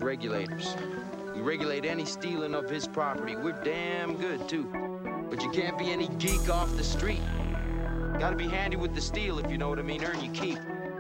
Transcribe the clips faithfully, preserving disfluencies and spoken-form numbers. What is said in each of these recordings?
regulators. We regulate any stealing of his property. We're damn good, too. But you can't be any geek off the street. Gotta be handy with the steel, if you know what I mean. Earn your keep.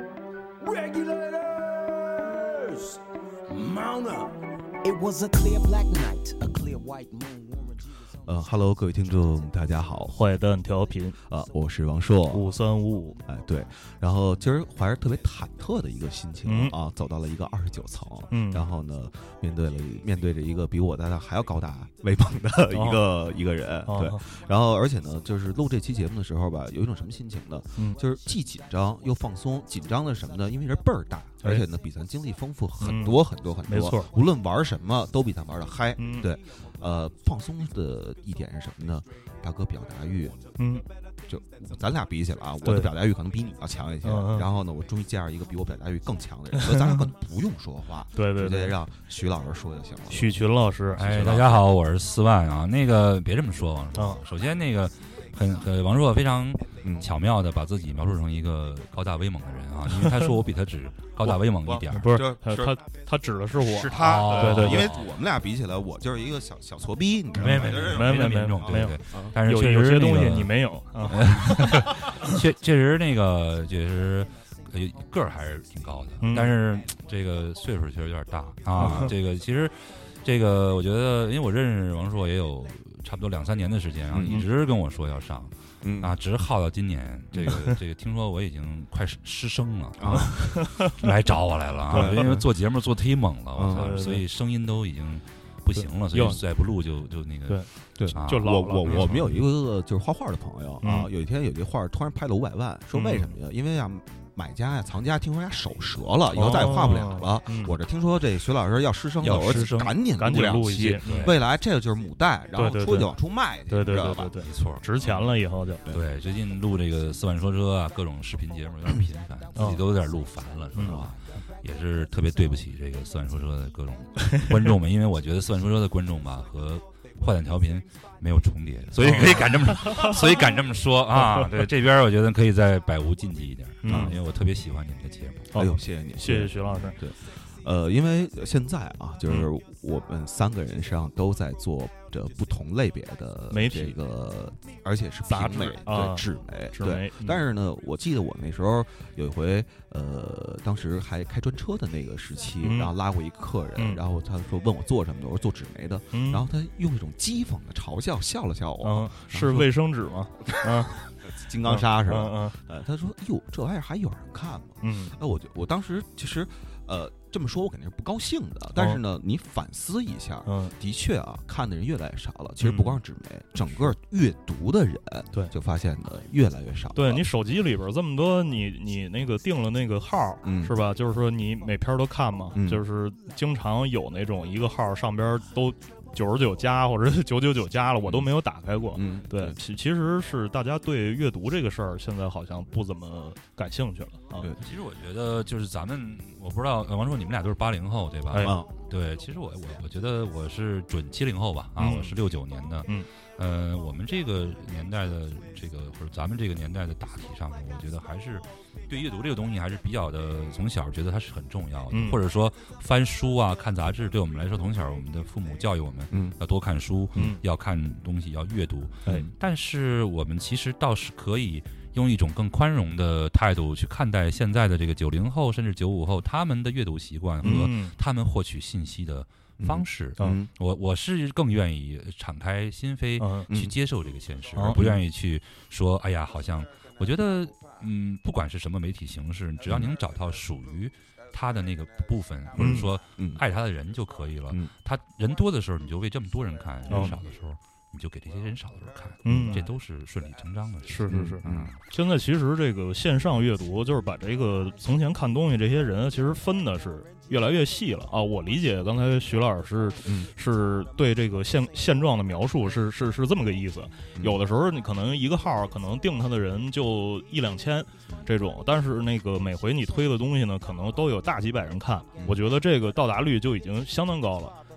Regulators! Mount up! It was a clear black night, a clear white moon. 呃哈喽，各位听众，大家好， 坏蛋调频啊，我是王硕， 五三五五， 哎，对，然后今儿怀着特别忐忑的一个心情、 嗯、 啊，走到了一个二十九层， 嗯， 然后呢，面对了面对着一个比我大概还要高大威猛的一个、哦、一个人，对、哦，然后而且呢，就是录这期节目的时候吧，有一种什么心情呢？嗯，就是既紧张又放松。紧张的是什么呢？因为人倍儿大，而且呢，比咱经历丰富很多很多很多， 没错， 无论玩什么都比咱玩的嗨， 嗯， 对。呃，放松的一点是什么呢？大哥表达欲， 嗯， 就咱俩比起来啊，我的表达欲可能比你要强一些。 嗯、 然后呢，我终于见上一个比我表达欲更强的人，所以咱俩根本不用说话， 对对对， 直接让徐老师说就行了。 许群老师， 哎，大家好，我是四万啊。那个别这么说，王硕、嗯。首先，那个很很王硕非常巧妙的把自己描述成一个高大威猛的人啊，因为他说我比他只高大威猛一点， 不是他他他指的是我， 是他， 哦、对, 对对， 因为我们俩比起来，我就是一个小小矬逼，你知道吗？ 没没没没没有没有，但是有确实有些东西你没有， 确确实那个确实个儿还是挺高的， 嗯、 但是这个岁数确实有点大啊。这个其实这个我觉得，因为我认识王硕也有差不多两三年的时间，然后一直跟我说要上。嗯啊，直耗到今年，这个这个，听说我已经快失声了啊，来找我来了啊，因为做节目做忒猛了，我操、嗯，所以声音都已经不行了，所以再不录就就那个对对， 啊、 就老我我我们有一个就是画画的朋友啊， 嗯、 有一天有一画突然拍了五百万，说为什么呀？嗯、因为啊。买家呀，藏家听说人家手折了，以后再也画不了了。 哦嗯、 我这听说这徐老师要失声， 要失声， 赶紧赶紧录一期。 未来这个就是母带，然后出去往出卖去， 对对对对对对， 没错， 值钱了以后就对。最近录这个四万说车啊，各种视频节目有点频繁，自己都有点录烦了，说实话，也是特别对不起这个四万说车的各种观众们，因为我觉得四万说车的观众吧和坏蛋调频没有重叠，所以可以敢这么，所以敢这么说啊。对，这边我觉得可以再百无禁忌一点啊，因为我特别喜欢你们的节目。 哎呦，谢谢你， 谢谢徐老师。 对，呃，因为现在啊，就是我们三个人实际上都在做着不同类别的媒体， 这个而且是杂志， 对，纸媒， 纸媒。 但是呢，我记得我那时候有一回，呃，当时还开专车的那个时期， 嗯、 然后拉过一客人， 嗯、 然后他说问我做什么的，我说做纸媒的， 嗯、 然后他用一种讥讽的嘲笑笑了笑我， 嗯、是卫生纸吗？嗯。 金刚砂是吧？ 嗯嗯， 呃，他说：“哟，这玩意儿还有人看吗？” 嗯， 哎，我就我当时其实，呃，这么说我肯定是不高兴的。但是呢，你反思一下， 嗯， 的确啊，看的人越来越少了。其实不光是纸媒，整个阅读的人， 对， 就发现的越来越少。 对你手机里边这么多，你你那个定了那个号， 嗯， 是吧？就是说你每篇都看嘛， 嗯、 就是经常有那种一个号上边都。九十九加或者九九九加了，我都没有打开过。 嗯， 对，其其实是大家对阅读这个事儿现在好像不怎么感兴趣了啊。 对，其实我觉得就是咱们，我不知道王硕你们俩都是八零后对吧？ 哎， 对，其实我我我觉得我是准七零后吧，啊， 嗯、 我是六九年的， 嗯， 呃，我们这个年代的这个或者咱们这个年代的大体上呢，我觉得还是。对阅读这个东西还是比较的，从小觉得它是很重要的， 嗯、 或者说翻书啊、看杂志，对我们来说，从小我们的父母教育我们， 嗯， 要多看书， 嗯， 要看东西，要阅读。 哎， 但是我们其实倒是可以用一种更宽容的态度去看待现在的这个九零后甚至九五后他们的阅读习惯和他们获取信息的方式。 嗯， 我我是更愿意敞开心扉去接受这个现实， 嗯、 而不愿意去说，哎呀，好像我觉得。嗯，不管是什么媒体形式，只要你能找到属于他的那个部分， 嗯、 或者说爱他的人就可以了。 嗯、 他人多的时候，你就为这么多人看；人少的时候，你就给这些人少的人看。 嗯， 这都是顺理成章的事。 是是是。 嗯， 现在其实这个线上阅读，就是把这个从前看东西这些人，其实分的是越来越细了啊。我理解刚才徐老师嗯是对这个现现状的描述是是是这么个意思。有的时候你可能一个号可能定他的人就一两千这种，但是那个每回你推的东西呢，可能都有大几百人看。我觉得这个到达率就已经相当高了。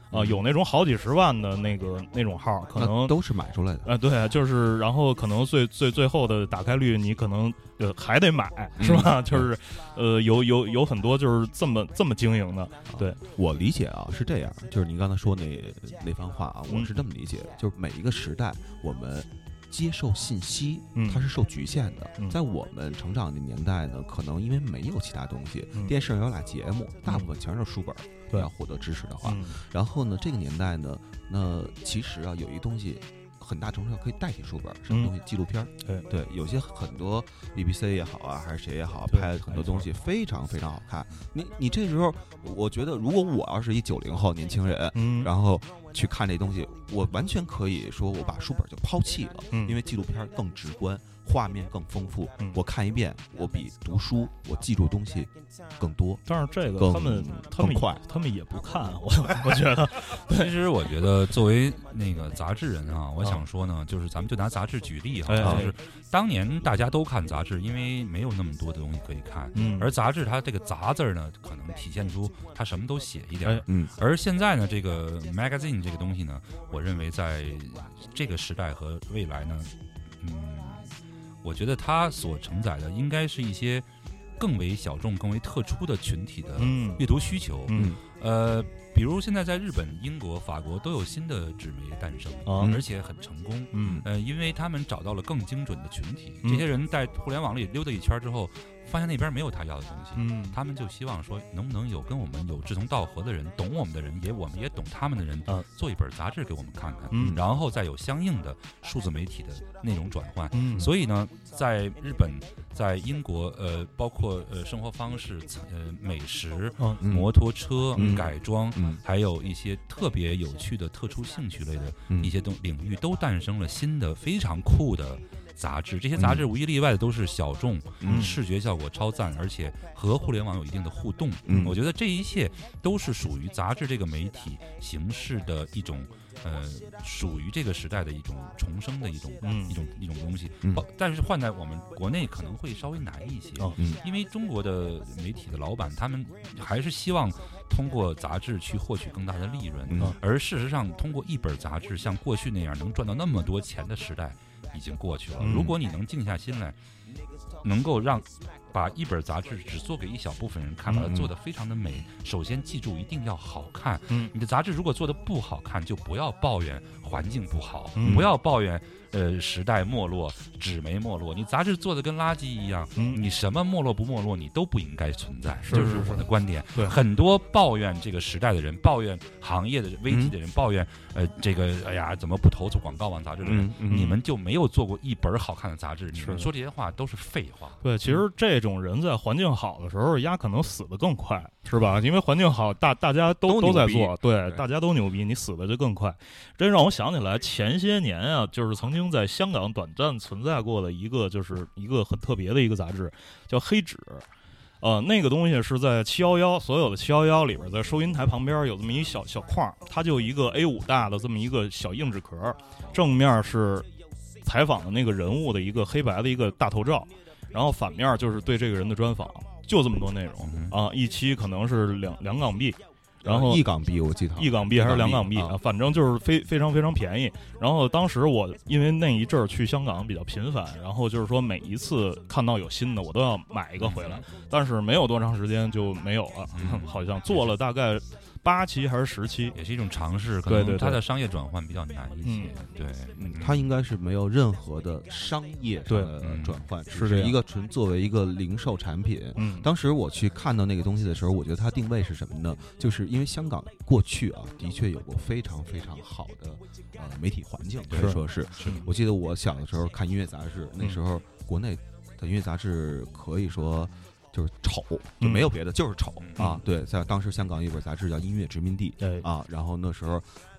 啊、呃，有那种好几十万的那个那种号，可能都是买出来的。 啊、呃，对，就是然后可能最最最后的打开率，你可能呃还得买，是吧？嗯、就是呃有有有很多就是这么这么经营的。对、啊、 我理解啊是这样，就是您刚才说那那番话啊，我是这么理解，嗯、就是每一个时代我们接受信息，它是受局限的。嗯、在我们成长的年代呢，可能因为没有其他东西，嗯、电视上有俩节目，大部分全是书本。 对， 要获得知识的话， 嗯、 然后呢，这个年代呢，那其实啊，有一东西很大程度上可以代替书本，什么东西？纪录片。 对对，有些很多 B B C 也好啊，还是谁也好，拍很多东西非常非常好看。你你这时候，我觉得如果我要是一九零后年轻人， 嗯， 然后去看这东西，我完全可以说我把书本就抛弃了， 嗯， 因为纪录片更直观。画面更丰富，嗯、我看一遍，我比读书我记住东西更多。 但是这个他们他们快， 他们也不看，我我觉得。 其实我觉得作为那个杂志人啊，我想说呢，就是咱们就拿杂志举例哈、啊， 哎、 就是当年大家都看杂志，因为没有那么多的东西可以看， 嗯， 而杂志它这个杂字呢，可能体现出它什么都写一点， 哎、 嗯， 而现在呢，这个 magazine 这个东西呢，我认为在这个时代和未来呢，嗯。我觉得它所承载的应该是一些更为小众、更为特殊的群体的阅读需求。 嗯， 呃，比如现在在日本、英国、法国都有新的纸媒诞生， 嗯、 而且很成功。 嗯， 呃，因为他们找到了更精准的群体。 嗯、 这些人在互联网里溜达一圈之后，发现那边没有他要的东西， 嗯， 他们就希望说，能不能有跟我们有志同道合的人，懂我们的人，也我们也懂他们的人， 啊、 做一本杂志给我们看看， 嗯， 然后再有相应的数字媒体的内容转换。 嗯， 所以呢，在日本、在英国，呃，包括呃生活方式、呃美食、 嗯、 摩托车、 嗯、 改装， 嗯， 还有一些特别有趣的特殊兴趣类的一些东领域，都诞生了新的非常酷的杂志。这些杂志无一例外的都是小众， 嗯、 视觉效果超赞，而且和互联网有一定的互动。 嗯， 我觉得这一切都是属于杂志这个媒体形式的一种，呃，属于这个时代的一种重生的一种、 嗯、 一种一种东西。 嗯、 但是换在我们国内可能会稍微难一些， 哦嗯、 因为中国的媒体的老板他们还是希望通过杂志去获取更大的利润， 嗯、 而事实上通过一本杂志像过去那样能赚到那么多钱的时代已经过去了。 嗯、 如果你能静下心来，能够让把一本杂志只做给一小部分人看，把它做得非常的美。 嗯、 首先记住一定要好看。 嗯， 你的杂志如果做得不好看，就不要抱怨环境不好， 嗯、 不要抱怨呃时代没落、纸媒没落。你杂志做的跟垃圾一样， 嗯、 你什么没落不没落，你都不应该存在。 是就是我的观点。 对， 很多抱怨这个时代的人，抱怨行业的危机的人， 嗯、 抱怨呃这个哎呀怎么不投出广告网杂志的人， 嗯嗯、 你们就没有做过一本好看的杂志。 是你们说这些话都是废话。 对，其实这种人在环境好的时候，丫可能死得更快，是吧？因为环境好，大大家都都在做，对， 对， 大家都牛逼，你死的就更快。这让我想起来前些年啊，就是曾经在香港短暂存在过的一个，就是一个很特别的一个杂志，叫《黑纸》。呃，那个东西是在七一一所有的七一一里边，在收银台旁边有这么一小小框，它就一个 A 五 大的这么一个小硬纸壳，正面是采访的那个人物的一个黑白的一个大头照，然后反面就是对这个人的专访，就这么多内容啊，一期可能是两两港币。然后一港币我记得一港币还是两港币啊，反正就是非非常非常便宜。然后当时我因为那一阵儿去香港比较频繁，然后就是说每一次看到有新的，我都要买一个回来。但是没有多长时间就没有了， 嗯、 好像做了大概八期还是十期， 也是一种尝试。可对对， 它的商业转换比较难一些。 嗯、 对， 嗯，它应该是没有任何的商业上的转换， 是是一个纯作为一个零售产品。 嗯， 当时我去看到那个东西的时候，我觉得它定位是什么呢？就是因为香港过去啊，的确有过非常非常好的呃媒体环境，可以说是。 是我记得我小的时候看音乐杂志，那时候国内的音乐杂志可以说就是丑，就没有别的，就是丑、 嗯、 啊。对，在当时香港有一本杂志叫《音乐殖民地》 对啊，然后那时候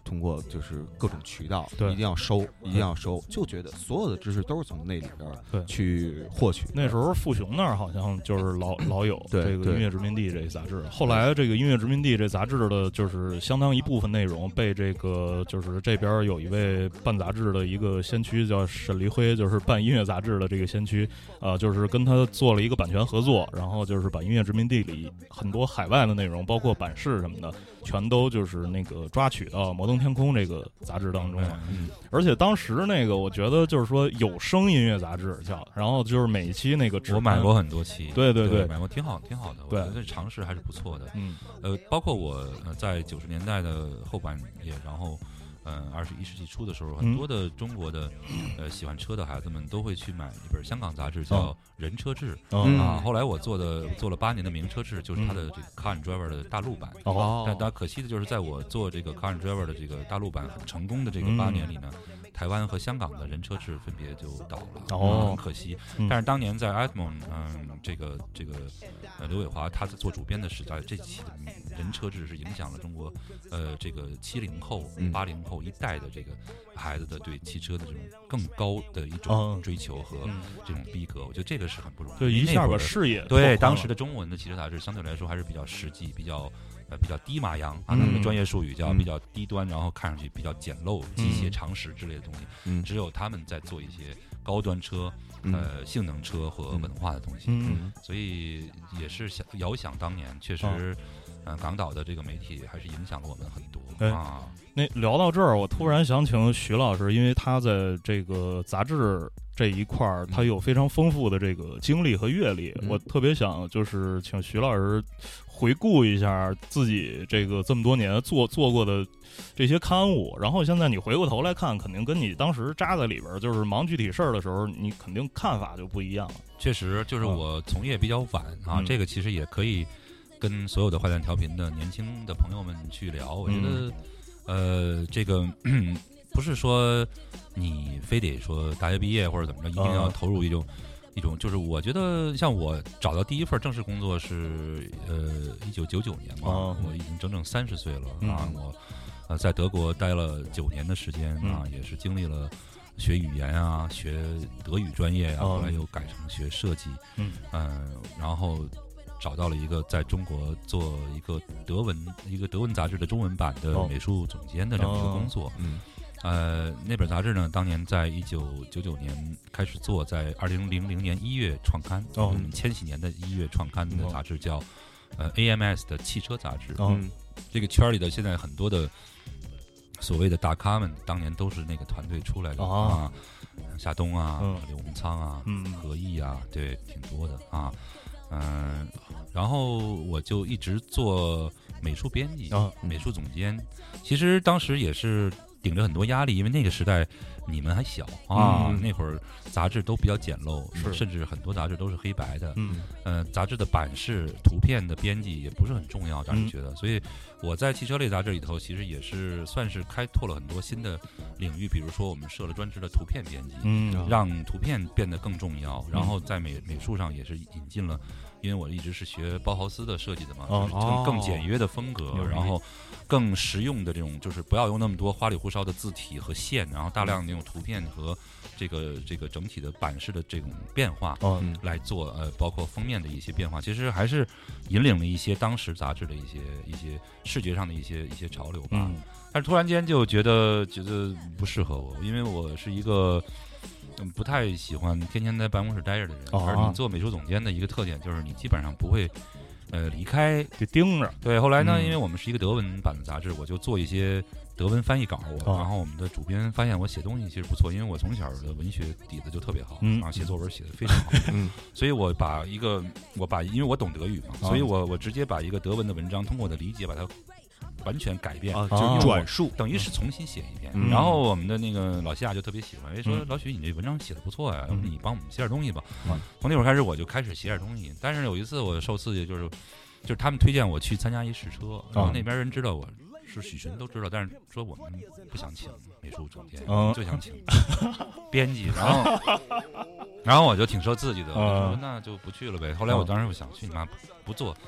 通过就是各种渠道， 对， 一定要收，一定要收，就觉得所有的知识都是从那里边去获取。 那时候傅雄那儿好像就是老老有这个音乐殖民地这个杂志，后来这个音乐殖民地这杂志的就是相当一部分内容被这个就是这边有一位办杂志的一个先驱叫沈黎辉，就是办音乐杂志的这个先驱，呃，就是跟他做了一个版权合作，然后就是把音乐殖民地里很多海外的内容，包括版式什么的，全都就是那个抓取到《摩登天空》这个杂志当中了。 嗯， 而且当时那个我觉得就是说有声音乐杂志叫，然后就是每一期那个我买过很多期， 对对对， 买过挺好挺好的，我觉得尝试还是不错的。 嗯， 呃，包括我呃在九十年代的后半叶，然后。嗯，二十一世纪初的时候，很多的中国的呃喜欢车的孩子们都会去买一本香港杂志，叫《人车志》 嗯、 啊。后来我做的做了八年的《名车志》，就是它的这个 Car and Driver 的大陆版。 哦， 但但可惜的就是，在我做这个 Car and Driver 的这个大陆版很成功的这个八年里呢，嗯、台湾和香港的人车志分别就倒了， 哦， 很可惜。嗯、但是当年在 Edmond， 嗯，这个这个呃刘伟华他在做主编的时代，这期的人车志是影响了中国呃这个七零后、八零后一代的这个孩子的对汽车的这种更高的一种追求和这种逼格，我觉得这个是很不容易。 就一下把视野对当时的中文的汽车杂志相对来说还是比较实际、比较呃比较低马洋啊，他们的专业术语叫比较低端，然后看上去比较简陋、机械常识之类的东西。嗯，只有他们在做一些高端车、呃性能车和文化的东西。嗯，所以也是想遥想当年，确实。呃，港岛的这个媒体还是影响了我们很多、哎、啊。 那聊到这儿，我突然想请徐老师，因为他在这个杂志这一块儿，他有非常丰富的这个经历和阅历，嗯、我特别想就是请徐老师回顾一下自己这个这么多年做做过的这些刊物，然后现在你回过头来看，肯定跟你当时扎在里边，就是忙具体事儿的时候，你肯定看法就不一样了。 确实，就是我从业比较晚、嗯、啊，这个其实也可以。跟所有的坏蛋调频的年轻的朋友们去聊，我觉得，嗯、呃，这个不是说你非得说大学毕业或者怎么着，一定要投入一种、嗯、一种，就是我觉得像我找到第一份正式工作是呃一九九九年嘛、哦，我已经整整三十岁了、嗯、啊，我呃在德国待了九年的时间啊、嗯，也是经历了学语言啊，学德语专业啊，后来又改成学设计，嗯嗯、呃，然后。找到了一个在中国做一个德文一个德文杂志的中文版的美术总监的这么一个工作。嗯，呃，那本杂志呢，当年在一九九九年开始做，在二零零零年一月创刊。哦，我们千禧年的一月创刊的杂志叫呃 A M S 的汽车杂志。嗯，这个圈里的现在很多的所谓的大咖们，当年都是那个团队出来的、哦、啊，夏冬啊、嗯、刘洪仓啊、嗯、何毅啊，对，挺多的啊。嗯，然后我就一直做美术编辑、哦、美术总监。其实当时也是顶着很多压力，因为那个时代你们还小啊、嗯，那会儿杂志都比较简陋，甚至很多杂志都是黑白的。嗯，呃，杂志的版式、图片的编辑也不是很重要，当时觉得、嗯。所以我在汽车类杂志里头，其实也是算是开拓了很多新的领域，比如说我们设了专职的图片编辑，嗯，让图片变得更重要。然后在美美术上也是引进了。因为我一直是学包豪斯的设计的嘛，就是更更简约的风格、哦，然后更实用的这种，就是不要用那么多花里胡哨的字体和线，然后大量的那种图片和这个这个整体的版式的这种变化来做，呃，包括封面的一些变化，其实还是引领了一些当时杂志的一些一些视觉上的一些一些潮流吧。嗯、但是突然间就觉得觉得不适合我，因为我是一个。嗯，不太喜欢天天在办公室待着的人。哦、而你做美术总监的一个特点就是你基本上不会，呃，离开就盯着。 对，后来呢、嗯，因为我们是一个德文版的杂志，我就做一些德文翻译稿。哦、然后我们的主编发现我写东西其实不错，因为我从小的文学底子就特别好，嗯、然后写作文写得非常好。嗯，所以我把一个我把因为我懂德语嘛，哦、所以我我直接把一个德文的文章通过我的理解把它。完全改变， 啊、就转述， 等于是重新写一遍。嗯、然后我们的那个老夏就特别喜欢，哎，说、嗯、老许你这文章写的不错呀、啊，要、嗯、不你帮我们写点东西吧。嗯、从那会儿开始我就开始写点东西，但是有一次我受刺激，就是就是他们推荐我去参加一试车，然后那边人知道我是许晨都知道，但是说我们不想请美术总监，嗯、就想请编辑，然后然后我就挺受刺激的，我就说那就不去了呗。后来我当时我想去你妈不做。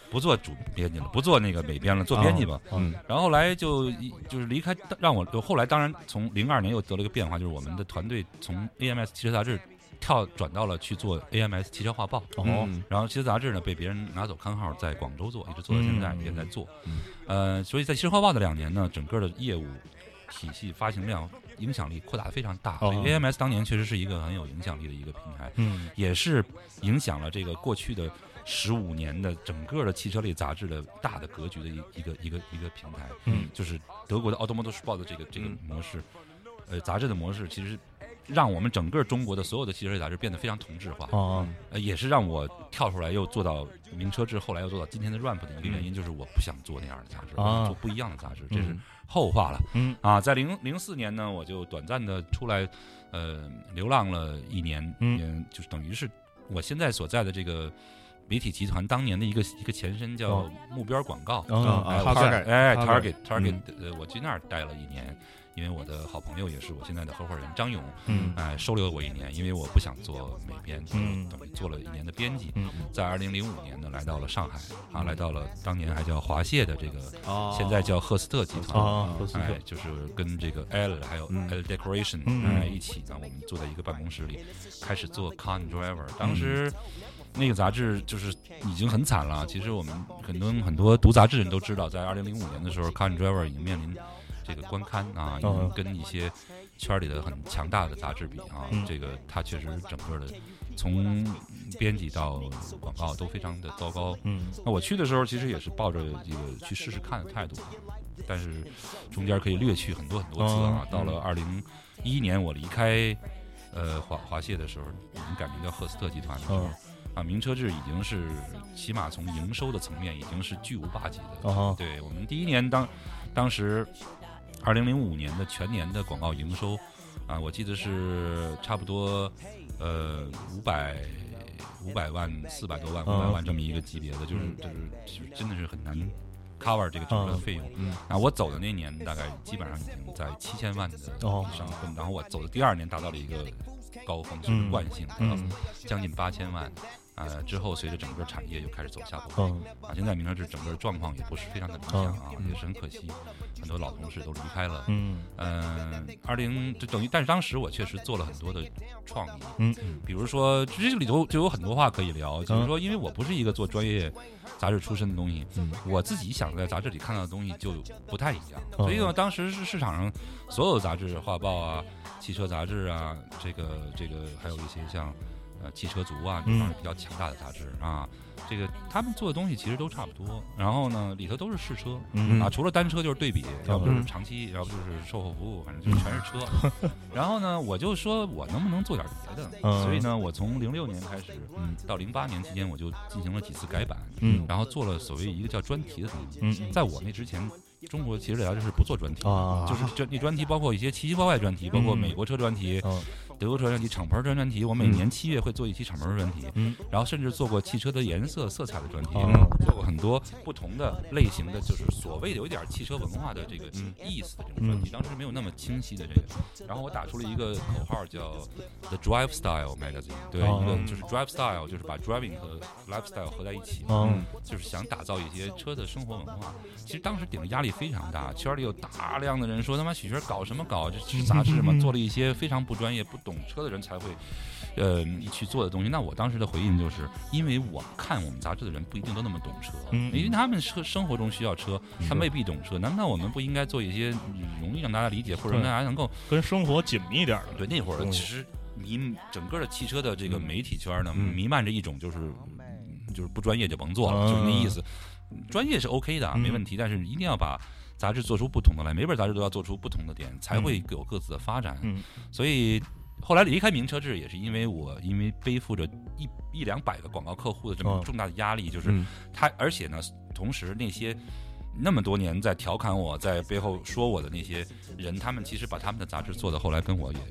不做主编辑了，不做那个美编了，做编辑吧。 嗯， 然后后来就就是离开，让我就后来当然从零二年又得了一个变化，就是我们的团队从 A M S 汽车杂志跳转到了去做 A M S 汽车画报。 哦， 然后汽车杂志呢被别人拿走刊号，在广州做，一直做到现在，也在做。呃，所以在汽车画报的两年呢，整个的业务体系、发行量、影响力扩大得非常大。所以 A M S 当年确实是一个很有影响力的一个平台，嗯，也是影响了这个过去的十五年的整个的汽车类杂志的大的格局的一一个一个一个平台。嗯，就是德国的 Automotive Sport 的这个这个模式，呃，杂志的模式，其实让我们整个中国的所有的汽车类杂志变得非常同质化。哦，呃，也是让我跳出来又做到名车志，后来又做到今天的 Ramp 的一个原因，就是我不想做那样的杂志，我想做不一样的杂志，这是后话了。嗯啊，在零零四年呢，我就短暂的出来，呃，流浪了一年，嗯，就是等于是我现在所在的这个媒体集团当年的一个一个前身叫目标广告， 啊 ，Target， 哎 ，Target Target，呃，我去那儿待了一年。因为我的好朋友也是我现在的合伙人张勇，嗯，哎、呃，收留了我一年，因为我不想做美编，嗯，等于做了一年的编辑。嗯，在二零零五年呢，来到了上海，啊，来到了当年还叫华谢的这个，哦、现在叫赫斯特集团， 啊，赫斯特， 哎，就是跟这个 L 还有 L Decoration，嗯，哎一起呢，我们坐在一个办公室里，开始做 Car and Driver。当时。那个杂志就是已经很惨了。其实我们很多很多读杂志人都知道，在二零零五年的时候 ，Car and Driver 已经面临这个关刊啊，已经跟一些圈里的很强大的杂志比啊，嗯、这个它确实整个的从编辑到广告都非常的糟糕。嗯，那我去的时候其实也是抱着这个去试试看的态度，但是中间可以略去很多很多次啊。嗯、到了二零一一年我离开呃华华谢的时候，已经改名叫赫斯特集团的时候。嗯啊，名车志已经是起码从营收的层面已经是巨无霸级的。哦，对，我们第一年当当时二零零五年的全年的广告营收啊，我记得是差不多呃五百五百万四百多万五百万这么一个级别的，就是就是就是真的是很难 cover 这个整个的费用。嗯，啊，我走的那年大概基本上已经在七千万的以上，然后我走的第二年达到了一个高峰，是惯性，嗯，将近八千万。呃，之后随着整个产业又开始走下坡路，嗯、啊，现在名车志整个状况也不是非常的理想啊，嗯、也是很可惜，很多老同事都离开了。嗯，呃，二零就等于，但是当时我确实做了很多的创意，嗯，比如说这里头就有很多话可以聊，比如说，因为我不是一个做专业杂志出身的东西，嗯、我自己想在杂志里看到的东西就不太一样，嗯、所以呢，当时是市场上所有杂志、画报啊、汽车杂志啊，这个这个还有一些像。呃，汽车族啊，这方比较强大的杂志、嗯、啊，这个他们做的东西其实都差不多。然后呢，里头都是试车、嗯、啊，除了单车就是对比，嗯、要不就是长期，要不就是售后服务，反正就是全是车。嗯、然后呢，我就说我能不能做点别的？嗯、所以呢，我从零六年开始，嗯，到零八年期间，我就进行了几次改版，嗯，然后做了所谓一个叫专题的东西。嗯，在我那之前。中国其实聊就是不做专题啊，就是专那专题包括一些奇奇怪怪专题，包括美国车专题、嗯、德国车专题、敞篷车专题。我每年七月会做一期敞篷车专题，嗯，然后甚至做过汽车的颜色、色彩的专题，嗯、做过很多不同的类型的，就是所谓的有一点汽车文化的这个意思的这种专题。当时没有那么清晰的这个，然后我打出了一个口号叫 The Drive Style Magazine， 对，一个就是 Drive Style， 就是把 driving 和 lifestyle 合在一起，嗯，就是想打造一些车的生活文化。其实当时顶着压力非常大，圈里有大量的人说他妈许轩搞什么搞，这是杂志嘛，做了一些非常不专业、不懂车的人才会，呃，去做的东西。那我当时的回应就是，因为我看我们杂志的人不一定都那么懂车，嗯、因为他们车生活中需要车，他未必懂车。难道我们不应该做一些容易让大家理解，或者让大家能够跟生活紧密一点的？ 对，那会儿其实弥整个的汽车的这个媒体圈呢，弥漫着一种就是就是不专业就甭做了，就是那意思。专业是 OK 的，没问题，但是一定要把杂志做出不同的来，每本杂志都要做出不同的点，才会有各自的发展。嗯，所以后来离开名车志也是因为我因为背负着一一两百个广告客户的这么重大的压力，哦、就是他，而且呢，同时那些那么多年在调侃我在背后说我的那些人，他们其实把他们的杂志做的后来跟我也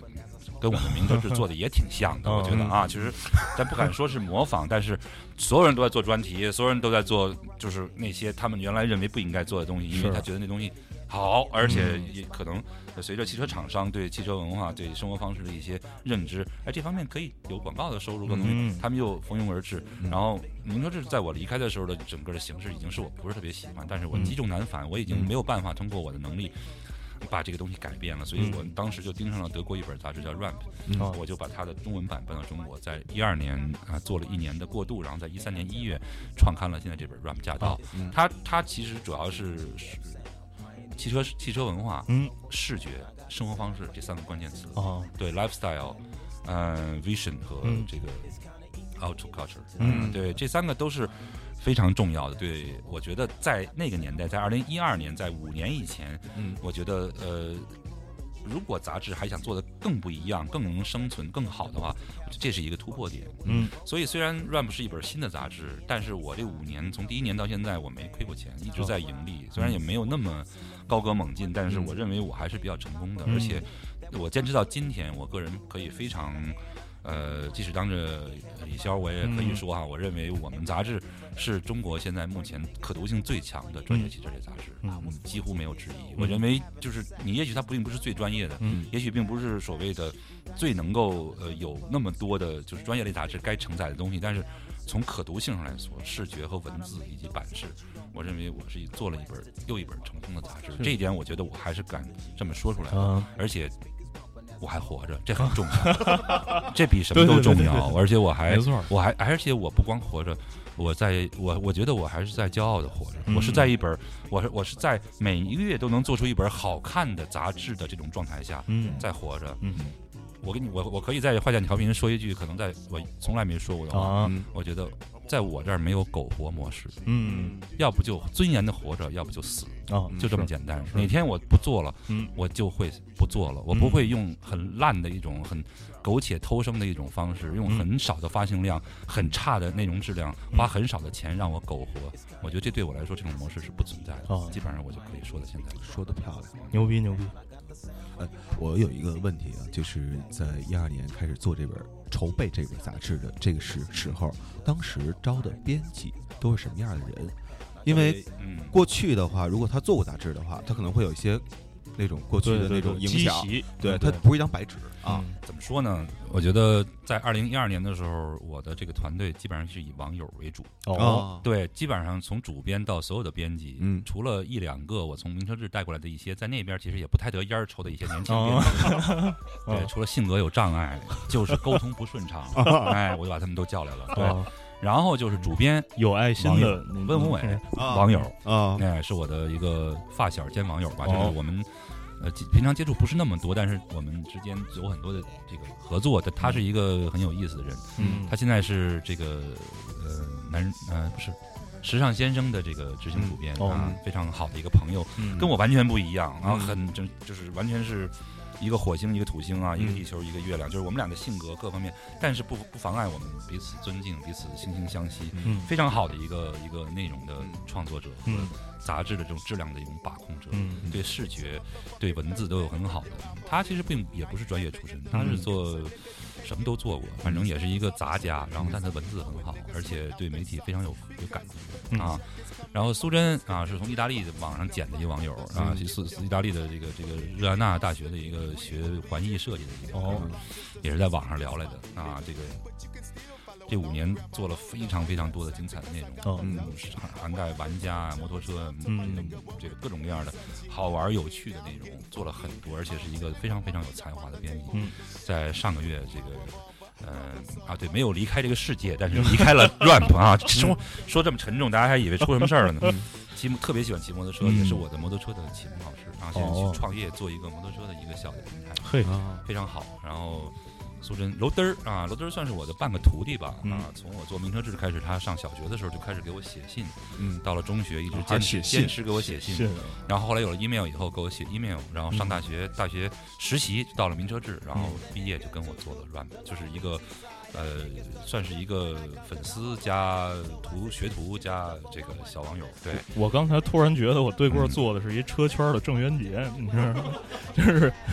跟我们明德志做的也挺像的，我觉得啊，其实但不敢说是模仿，但是所有人都在做专题，所有人都在做就是那些他们原来认为不应该做的东西，因为他觉得那东西好，而且也可能随着汽车厂商对汽车文化、对生活方式的一些认知，哎，这方面可以有广告的收入，各种东西，他们又蜂拥而至。然后明德志在我离开的时候的整个的形式已经是我不是特别喜欢，但是我积重难返，我已经没有办法通过我的能力把这个东西改变了，所以我当时就盯上了德国一本杂志叫 Ramp，、嗯、我就把它的中文版搬到中国，在一二年啊做了一年的过渡，然后在一三年一月创刊了现在这本 Ramp 驾到。嗯、它它其实主要是汽车汽车文化、嗯、视觉、生活方式这三个关键词。哦，对 ，lifestyle， 呃 ，vision 和这个 outdoor culture， 嗯，对，这三个都是非常重要的。对，我觉得在那个年代，在二零一二年，在五年以前，嗯，我觉得呃，如果杂志还想做得更不一样、更能生存、更好的话，这是一个突破点。嗯，所以虽然 Ramp 是一本新的杂志，但是我这五年从第一年到现在，我没亏过钱，一直在盈利。虽然也没有那么高歌猛进，但是我认为我还是比较成功的，而且我坚持到今天，我个人可以非常。呃，即使当着李潇，我也可以说哈、啊，我认为我们杂志是中国现在目前可读性最强的专业汽车类杂志，嗯，几乎没有质疑。我认为就是你，也许它并不是最专业的，嗯，也许并不是所谓的最能够呃有那么多的就是专业类杂志该承载的东西，但是从可读性上来说，视觉和文字以及版式，我认为我是做了一本又一本成功的杂志。这一点，我觉得我还是敢这么说出来的，嗯、而且。我还活着，这很重要，这比什么都重要。对对对对对，而且我还，我还，而且我不光活着，我在我我觉得我还是在骄傲的活着。嗯、我是在一本，我是我是在每一个月都能做出一本好看的杂志的这种状态下，嗯，在活着。嗯，我跟你，我我可以在坏蛋调频说一句，可能在我从来没说过的话。啊、我觉得在我这儿没有苟活模式。嗯，要不就尊严的活着，要不就死。哦，就这么简单。哪天我不做了，嗯，我就会不做了。我不会用很烂的一种、很苟且偷生的一种方式，用很少的发行量、很差的内容质量，花很少的钱让我苟活。我觉得这对我来说，这种模式是不存在的。哦，基本上我就可以说的，现在说的漂亮， 牛逼牛逼。 呃，我有一个问题啊，就是在一二年开始做这本筹备这本杂志的这个时时候，当时招的编辑都是什么样的人？因为过去的话，如果他做过杂志的话，他可能会有一些那种过去的那种影响， 对， 对，他不是一张白纸啊。 嗯、怎么说呢？我觉得在二零一二年的时候，我的这个团队基本上是以网友为主。哦，对，基本上从主编到所有的编辑，嗯，除了一两个我从名车志带过来的一些，在那边其实也不太得烟抽的一些年轻编辑，哦、对，除了性格有障碍，就是沟通不顺畅，哎，我就把他们都叫来了。对。哦，然后就是主编有爱心的温宏伟、啊、网友啊，哎，是我的一个发小兼网友吧，哦、就是我们呃平常接触不是那么多，但是我们之间有很多的这个合作的。他是一个很有意思的人，嗯，他现在是这个呃男人呃不是时尚先生的这个执行主编、嗯、啊，非常好的一个朋友，嗯、跟我完全不一样，然后很就就是完全是。一个火星，一个土星啊，一个地球，一个月亮，就是我们俩的性格各方面，但是不不妨碍我们彼此尊敬，彼此惺惺相惜，嗯，非常好的一个一个内容的创作者和杂志的这种质量的一种把控者，嗯，对视觉、对文字都有很好的。他其实并也不是专业出身，他是做什么都做过，反正也是一个杂家，然后但他文字很好，而且对媒体非常有有感觉啊。然后苏珍啊，是从意大利的网上捡的一个网友啊，是意大利的这个这个热安纳大学的一个学环艺设计的一个，哦，也是在网上聊来的啊。这个这五年做了非常非常多的精彩的内容，哦、嗯，涵盖玩家、摩托车，嗯，这个各种各样的好玩有趣的内容，做了很多，而且是一个非常非常有才华的编辑。嗯，在上个月这个。呃啊，对，没有离开这个世界，但是离开了 Ramp 啊。说说这么沉重，大家还以为出什么事儿了呢。骑特别喜欢骑摩托车，也是我的摩托车的启蒙老师。然后现在去创业，做一个摩托车的一个小的平台，嘿，非常好。然后苏珍楼嘚儿啊，楼嘚儿算是我的半个徒弟吧。啊，从我做名车志开始，他上小学的时候就开始给我写信，嗯，到了中学一直坚持坚持给我写信，然后后来有了 email 以后给我写 email， 然后上大学大学实习到了名车志，然后毕业就跟我做了 Ramp， 就是一个。呃，算是一个粉丝加图学徒加这个小网友。对， 我刚才突然觉得我对过做的是一车圈的郑渊洁，嗯、你知道吗？就是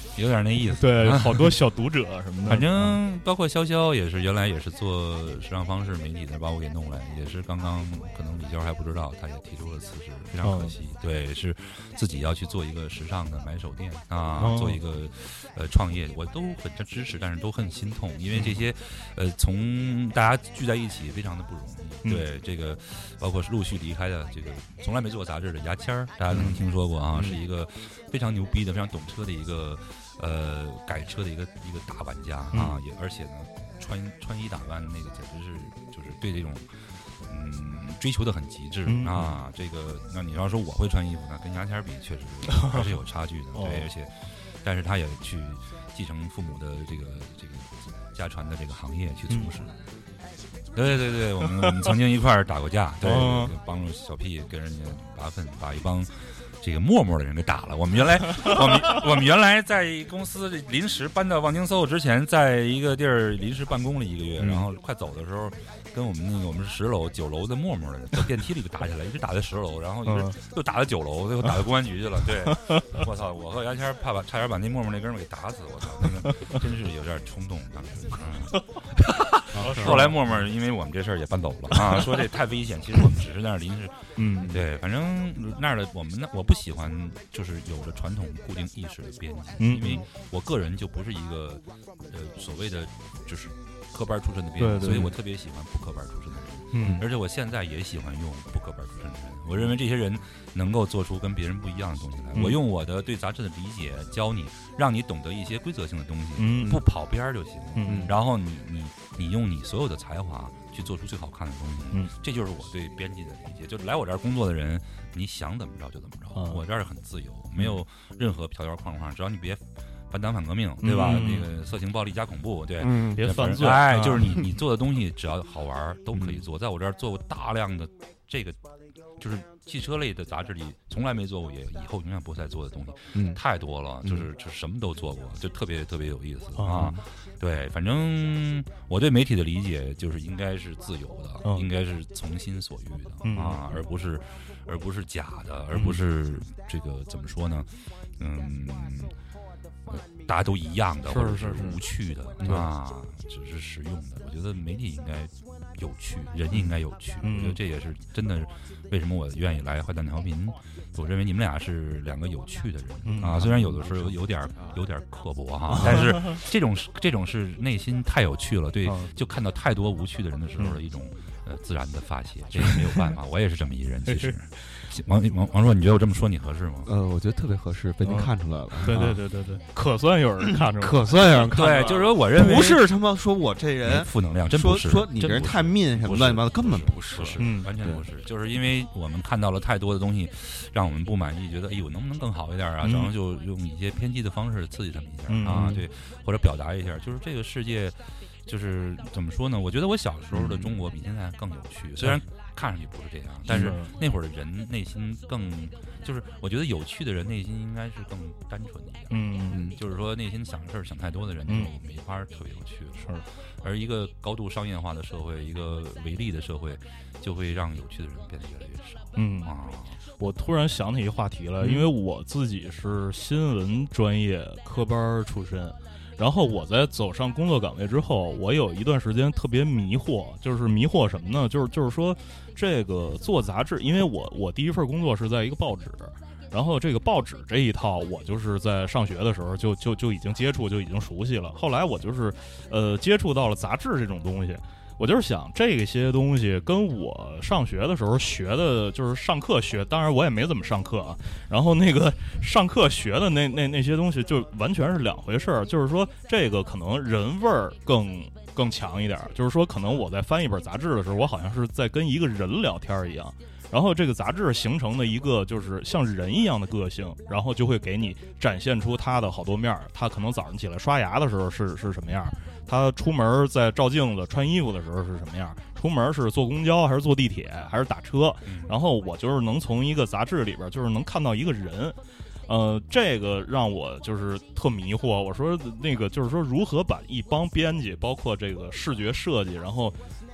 有点那意思。 对，好多小读者什么的。 反正包括潇潇也是，原来也是做时尚方式媒体的，把我给弄来，也是刚刚可能李娇还不知道，他也提出了辞职，非常可惜。哦、对，是自己要去做一个时尚的买手店啊，哦、做一个呃创业，我都很支持，但是都很心痛，因为这些呃从大家聚在一起非常的不容易。对，嗯、这个包括是陆续离开的这个从来没做过杂志的牙签儿，大家可能听说过啊，嗯、是一个非常牛逼的、非常懂车的一个。呃，改车的一个一个大玩家啊，也而且呢，穿穿衣打扮那个简直是就是对这种嗯追求的很极致、嗯、啊。这个那你要说我会穿衣服呢，跟牙签比确实还是有差距的，对，而且但是他也去继承父母的这个这个家传的这个行业去从事。嗯、对对对，我们我们曾经一块儿打过架，对，哦、帮助小屁跟人家拔粪，把一帮。这个陌陌的人给打了。我们原来，我们我们原来在公司临时搬到望京 S O H O 之前，在一个地儿临时办公了一个月，嗯、然后快走的时候，跟我们那个我们是十楼九楼的陌陌的人在电梯里打起来，一直打在十楼，然后一直又打到九楼，最后打到公安局去了。对，我操！我和牙签怕把差点把那陌陌那哥们给打死，我操！那个真是有点冲动当时。嗯后来陌陌因为我们这事儿也搬走了啊，说这太危险。其实我们只是在那儿临时，嗯，对，反正那儿的我们那我不喜欢就是有着传统固定意识的编辑，嗯、因为我个人就不是一个呃所谓的就是科班出身的编辑，对对对，所以我特别喜欢不科班出身的人。嗯，而且我现在也喜欢用不科班出身的人，我认为这些人能够做出跟别人不一样的东西来。嗯、我用我的对杂志的理解教你，让你懂得一些规则性的东西，嗯、不跑边儿就行。嗯，然后你你你用你所有的才华去做出最好看的东西。嗯，这就是我对编辑的理解。就是来我这儿工作的人，你想怎么着就怎么着，嗯、我这儿很自由，没有任何条条框框，只要你别。反党反革命，对吧？嗯、那个色情暴力加恐怖，对， 嗯、别犯罪。 哎，就是你你做的东西，只要好玩都可以做。在我这儿做过大量的这个，就是汽车类的杂志里从来没做过，也以后永远不再做的东西，嗯、太多了。就是就是什么都做过，就特别特别有意思、嗯、啊。对，反正我对媒体的理解就是应该是自由的，嗯、应该是从心所欲的、嗯、啊，而不是而不是假的，而不是这个怎么说呢？嗯。大家都一样的，或者是无趣的啊，只是实用的。我觉得媒体应该有趣，人应该有趣。嗯、我觉得这也是真的，为什么我愿意来坏蛋调频？我认为你们俩是两个有趣的人、嗯、啊，虽然有的时候有有点有点刻薄哈、啊，但是这种这种是内心太有趣了，对，就看到太多无趣的人的时候的一种呃自然的发泄，这也没有办法，我也是这么一人，其实。王王王硕，你觉得我这么说你合适吗？ 呃，我觉得特别合适，被您看出来了。 嗯、对对对对对，可算有人看出来了， 可算有人看出来了。 对，就是说，我认为不是他妈说我这人负能量，真不是说说你这人太min什么乱七八糟，根本不是， 不是，嗯，完全不是，就是因为我们看到了太多的东西，让我们不满意，觉得哎呦能不能更好一点啊？然后就用一些偏激的方式刺激他们一下、嗯、啊，对，或者表达一下，就是这个世界。就是怎么说呢？我觉得我小时候的中国比现在更有趣，虽然看上去不是这样，但是那会儿的人内心更，就是我觉得有趣的人内心应该是更单纯一点。嗯嗯，就是说内心想事儿想太多的人就没法特别有趣的事儿，而一个高度商业化的社会，一个唯利的社会，就会让有趣的人变得越来越少。嗯啊， 我突然想起一个话题了，因为我自己是新闻专业科班出身。然后我在走上工作岗位之后，我有一段时间特别迷惑，就是迷惑什么呢？就是就是说，这个做杂志，因为我我第一份工作是在一个报纸，然后这个报纸这一套，我就是在上学的时候就就就已经接触，就已经熟悉了。后来我就是呃接触到了杂志这种东西。我就是想这些东西跟我上学的时候学的，就是上课学，当然我也没怎么上课啊。然后那个上课学的那那那些东西，就完全是两回事儿。就是说，这个可能人味儿更更强一点。就是说，可能我在翻一本杂志的时候，我好像是在跟一个人聊天一样。然后这个杂志形成的一个就是像人一样的个性，然后就会给你展现出他的好多面儿。他可能早上起来刷牙的时候是是什么样，他出门在照镜子穿衣服的时候是什么样，出门是坐公交还是坐地铁还是打车。然后我就是能从一个杂志里边就是能看到一个人。呃，这个让我就是特迷惑。我说那个就是说如何把一帮编辑，包括这个视觉设计，然后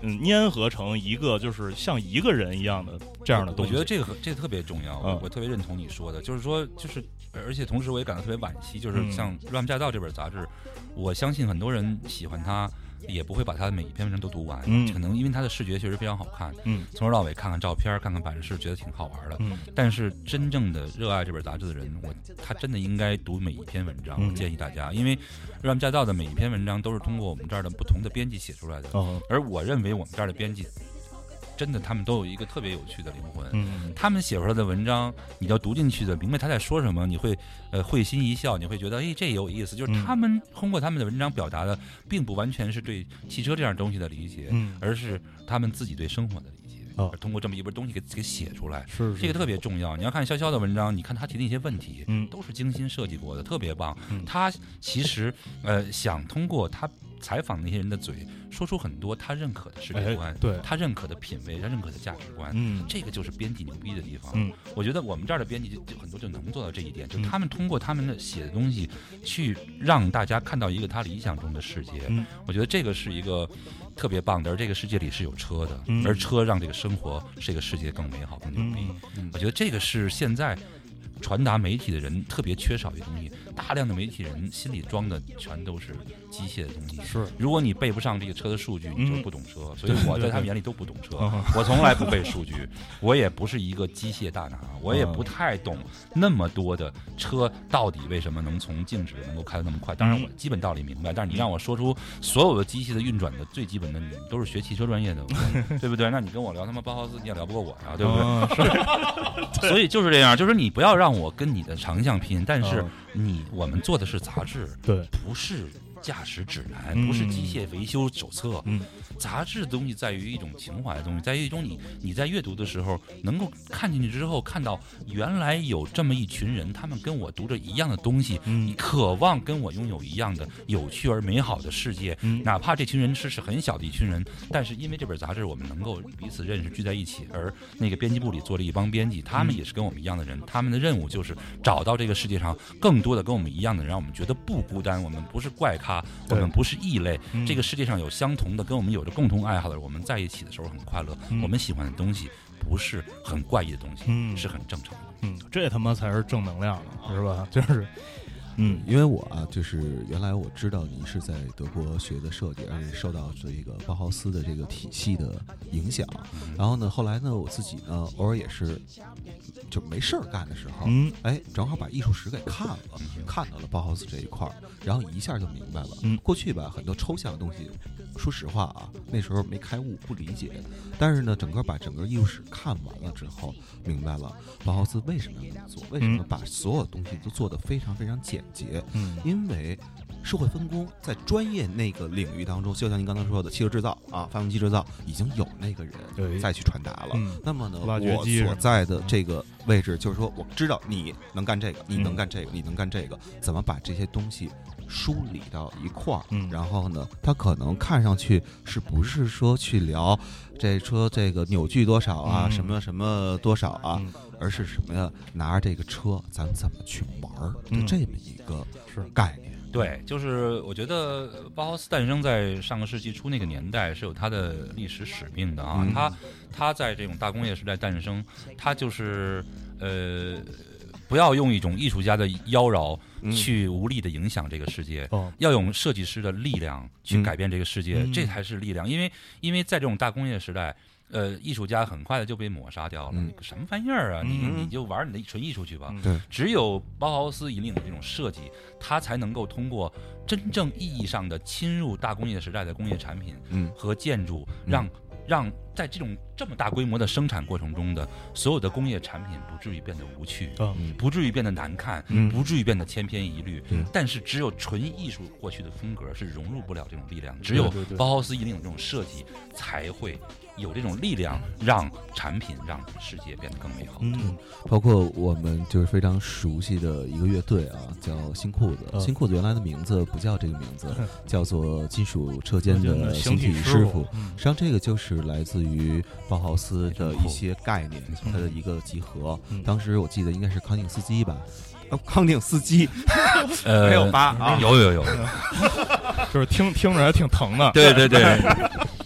嗯粘合成一个就是像一个人一样的这样的东西。 我觉得这个这个特别重要， 嗯、 我我特别认同你说的，就是说就是而且同时我也感到特别惋惜，就是像《乱驾到》这本杂志，我相信很多人喜欢它。也不会把它每一篇文章都读完，嗯，可能因为它的视觉确实非常好看，嗯，从头到尾看看照片，看看版式，觉得挺好玩的，嗯。但是真正的热爱这本杂志的人，我他真的应该读每一篇文章。嗯、我建议大家，因为《热爱驾到》的每一篇文章都是通过我们这儿的不同的编辑写出来的，哦、而我认为我们这儿的编辑。真的，他们都有一个特别有趣的灵魂。嗯，他们写出来的文章，你要读进去的，明白他在说什么，你会呃会心一笑，你会觉得，哎，这有意思。就是他们通过他们的文章表达的，并不完全是对汽车这样东西的理解，嗯，而是他们自己对生活的理解。哦，而通过这么一本东西给给写出来，是这个特别重要。你要看潇潇的文章，你看他提的一些问题，嗯，都是精心设计过的，特别棒。嗯、他其实呃想通过他。采访那些人的嘴，说出很多他认可的世界观，哎、对他认可的品味，他认可的价值观。嗯，这个就是编辑牛逼的地方。嗯，我觉得我们这儿的编辑就就很多就能做到这一点，就是他们通过他们的写的东西，去让大家看到一个他理想中的世界。嗯，我觉得这个是一个特别棒的，而这个世界里是有车的，嗯、而车让这个生活这个世界更美好、更牛逼。嗯，我觉得这个是现在。传达媒体的人特别缺少一东西，大量的媒体人心里装的全都是机械的东西。是，如果你背不上这个车的数据，你就不懂车。嗯、所以我在他们眼里都不懂车，嗯、我从来不背数据，我也不是一个机械大拿，我也不太懂那么多的车到底为什么能从静止能够开得那么快。当然我基本道理明白，但是你让我说出所有的机器的运转的最基本的，你都是学汽车专业的，对不对？那你跟我聊他妈包豪斯，你也聊不过我呀，对不对？嗯、所以就是这样，就是你不要让。让我跟你的长项拼，但是你我们做的是杂志，对，不是驾驶指南，不是机械维修手册。嗯，杂志的东西在于一种情怀的东西，在于一种你你在阅读的时候能够看进去之后，看到原来有这么一群人，他们跟我读着一样的东西，嗯，你渴望跟我拥有一样的有趣而美好的世界。嗯，哪怕这群人是是很小的一群人，但是因为这本杂志，我们能够彼此认识，聚在一起。而那个编辑部里做了一帮编辑，他们也是跟我们一样的人，他们的任务就是找到这个世界上更多的跟我们一样的人，让我们觉得不孤单，我们不是怪咖。我们不是异类，嗯、这个世界上有相同的，跟我们有着共同爱好的，我们在一起的时候很快乐。嗯、我们喜欢的东西不是很怪异的东西，嗯、是很正常的。 嗯，这他妈才是正能量的，是吧？就是， 嗯，因为我啊，就是原来我知道你是在德国学的设计，而且受到这个包豪斯的这个体系的影响。嗯、然后呢，后来呢，我自己呢，偶尔也是。就没事儿干的时候，嗯，哎，正好把艺术史给看了，嗯、看到了包豪斯这一块儿，然后一下就明白了。嗯，过去吧，很多抽象的东西，说实话啊，那时候没开悟，不理解。但是呢，整个把整个艺术史看完了之后，明白了包豪斯为什么要这么做，为什么把所有东西都做得非常非常简洁。嗯，因为社会分工在专业那个领域当中，就像您刚才说的，汽车制造啊，发动机制造已经有那个人再去传达了。嗯、那么呢，我所在的这个位置就是说，我知道你能干这个，你能干这个，你能干这个，怎么把这些东西梳理到一块儿？嗯，然后呢，它可能看上去是不是说去聊这车这个扭矩多少啊，嗯、什么什么多少啊，嗯、而是什么呀？拿着这个车，咱怎么去玩儿？就这么一个概念。 对，就是我觉得包豪斯诞生在上个世纪初那个年代是有它的历史使命的啊。嗯、它它在这种大工业时代诞生，它就是呃，不要用一种艺术家的妖娆去无力的影响这个世界，嗯、要用设计师的力量去改变这个世界，嗯、这才是力量。因为因为在这种大工业时代。呃，艺术家很快的就被抹杀掉了。嗯、什么玩意儿啊？嗯、你你就玩你的纯艺术去吧。对、嗯，只有包豪斯引领的这种设计，它才能够通过真正意义上的侵入大工业时代的工业产品和建筑，嗯、让让在这种这么大规模的生产过程中的所有的工业产品不至于变得无趣，嗯、不至于变得难看，嗯、不至于变得千篇一律。嗯、但是只有纯艺术过去的风格是融入不了这种力量，只有包豪斯引领的这种设计才会。有这种力量，让产品让世界变得更美好。 嗯，包括我们就是非常熟悉的一个乐队啊，叫新裤子。嗯、新裤子原来的名字不叫这个名字，嗯、叫做金属车间的形体师傅。嗯、实际上，这个就是来自于包豪斯的一些概念，嗯、它的一个集合。嗯、当时我记得应该是康定斯基吧。哦，康定斯基， 呃， 没有八啊， 有有有， 就是听听着还挺疼的。 对对对。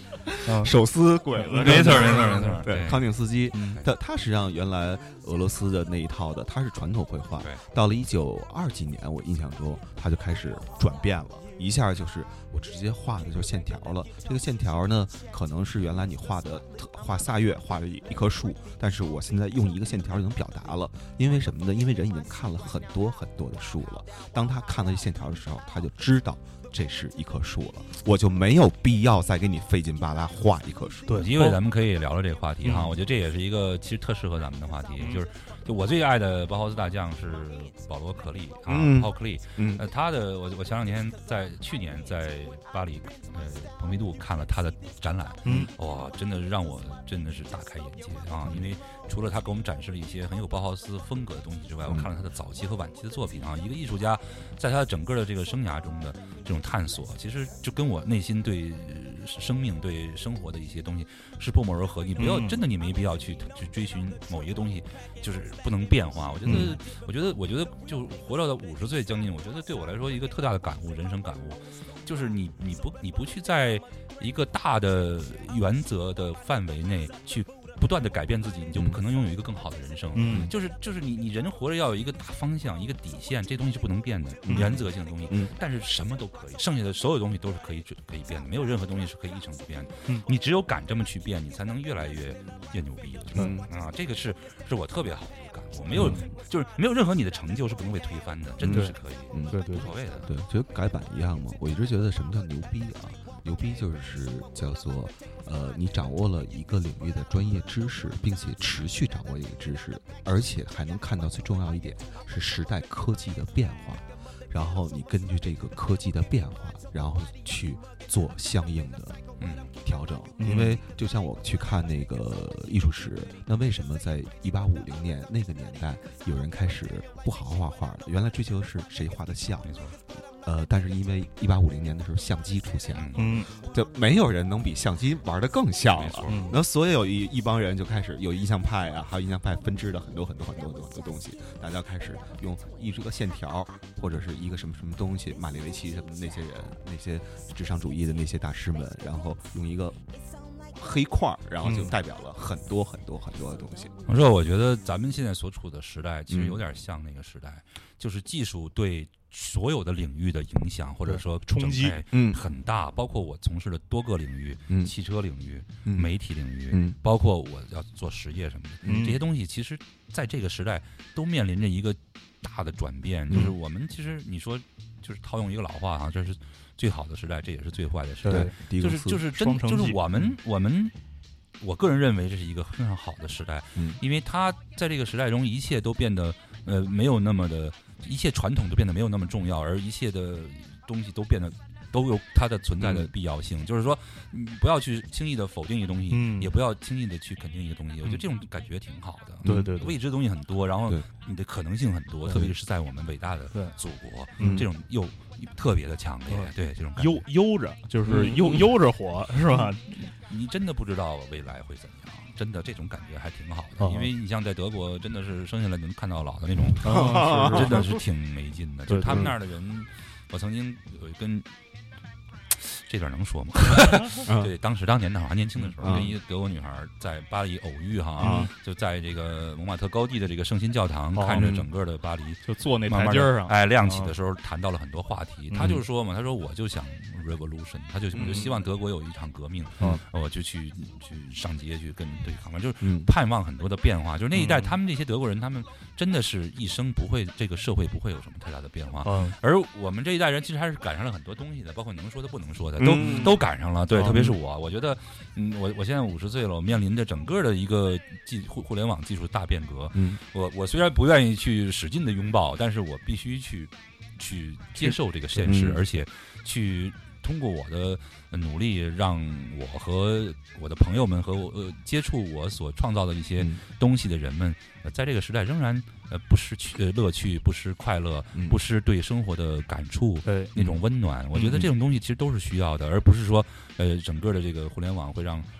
手撕鬼子， 没错没错没错， 对，康定斯基，他他实际上原来俄罗斯的那一套的，他是传统绘画，到了一九二几年，我印象中他就开始转变了。一下就是我直接画的就是线条了，这个线条呢，可能是原来你画的画萨月画了一棵树，但是我现在用一个线条就能表达了。因为什么呢？因为人已经看了很多很多的树了，当他看到这线条的时候，他就知道这是一棵树了，我就没有必要再给你费劲巴拉画一棵树。 对，因为咱们可以聊聊这个话题哈，嗯、我觉得这也是一个其实特适合咱们的话题，嗯、就是就我最爱的包豪斯大将是保罗·克利啊，嗯、鲍克利，嗯，呃，他的我我前两天在去年在巴黎呃蓬皮杜看了他的展览，嗯，哇，真的让我真的是大开眼界啊，因为除了他给我们展示了一些很有包豪斯风格的东西之外，我看了他的早期和晚期的作品啊，一个艺术家在他整个的这个生涯中的这种探索，其实就跟我内心对生命、对生活的一些东西是不谋而合。你不要、嗯、真的，你没必要去去追寻某一个东西，就是不能变化。我觉得，嗯、我觉得，我觉得，就活到五十岁将近，我觉得对我来说一个特大的感悟，人生感悟，就是你你不你不去在一个大的原则的范围内去不断的改变自己，你就不可能拥有一个更好的人生。嗯，就是就是你你人活着要有一个大方向，一个底线，这东西是不能变的，嗯、原则性的东西。嗯，但是什么都可以，剩下的所有东西都是可以可以变的，没有任何东西是可以一成不变的。嗯，你只有敢这么去变，你才能越来越越牛逼。嗯啊，这个是是我特别好的一个感悟。没有、嗯、就是没有任何你的成就是不能被推翻的，真的是可以。 嗯， 对对，无所谓的。 对，就改版一样嘛。我一直觉得什么叫牛逼啊？牛逼就是叫做，呃，你掌握了一个领域的专业知识，并且持续掌握这个知识，而且还能看到最重要一点是时代科技的变化，然后你根据这个科技的变化，然后去做相应的嗯调整。因为就像我去看那个艺术史，那为什么在一八五零年那个年代有人开始不好好画画了？原来追求的是谁画的像。没错。呃，但是因为一八五零年的时候相机出现了，嗯，就没有人能比相机玩得更像了。嗯，那所以有一一帮人就开始有印象派啊，还有印象派分支的很多很多很多很多很多东西，大家开始用一这个线条或者是一个什么什么东西，马列维奇什么的那些人，那些至上主义的那些大师们，然后用一个黑块，然后就代表了很多很多很多的东西。 我说，我觉得咱们现在所处的时代，其实有点像那个时代，嗯、就是技术对所有的领域的影响，或者说冲击， 嗯，很大。包括我从事的多个领域，嗯，汽车领域、 嗯、 媒体领域， 嗯， 包括我要做实业什么的，嗯、这些东西，其实在这个时代都面临着一个大的转变。嗯、就是我们其实你说，就是套用一个老话啊，这是最好的时代，这也是最坏的时代。就是就是真就是我们我们。我个人认为这是一个非常好的时代，嗯，因为它在这个时代中，一切都变得呃没有那么的，一切传统都变得没有那么重要，而一切的东西都变得都有它的存在的必要性。嗯、就是说，你不要去轻易的否定一个东西，嗯、也不要轻易的去肯定一个东西。嗯、我觉得这种感觉挺好的。 对对对， 未知的东西很多，然后你的可能性很多，特别是在我们伟大的祖国，这种又特别的强烈。对这种感觉悠悠着，就是悠悠着火，是吧？ 你真的不知道未来会怎样，真的这种感觉还挺好的。哦、因为你像在德国，真的是生下来能看到老的那种，哦、真的是挺没劲的。就是他们那儿的人，我曾经有跟。这段能说吗？对，当时当年那会儿还年轻的时候，跟一个德国女孩在巴黎偶遇哈，就在这个蒙马特高地的这个圣心教堂，看着整个的巴黎， 就坐那台阶上， 哎，亮起的时候，谈到了很多话题。他就说嘛，他说我就想 revolution， 他就我就希望德国有一场革命，我就去去上街去跟对抗，就是盼望很多的变化。就是那一代他们这些德国人，他们真的是一生不会这个社会不会有什么太大的变化，而我们这一代人其实还是赶上了很多东西的，包括能说的不能说的。都、嗯、都赶上了，对，嗯、特别是我，我觉得，嗯，我我现在五十岁了，我面临着整个的一个技互互联网技术大变革，嗯，我我虽然不愿意去使劲的拥抱，但是我必须去去接受这个现实，嗯、而且去通过我的努力，让我和我的朋友们和我呃接触我所创造的一些东西的人们，呃，在这个时代仍然。呃，不失去呃乐趣，不失快乐，嗯、不失对生活的感触， 对那种温暖，嗯、我觉得这种东西其实都是需要的，而不是说呃整个的这个互联网会让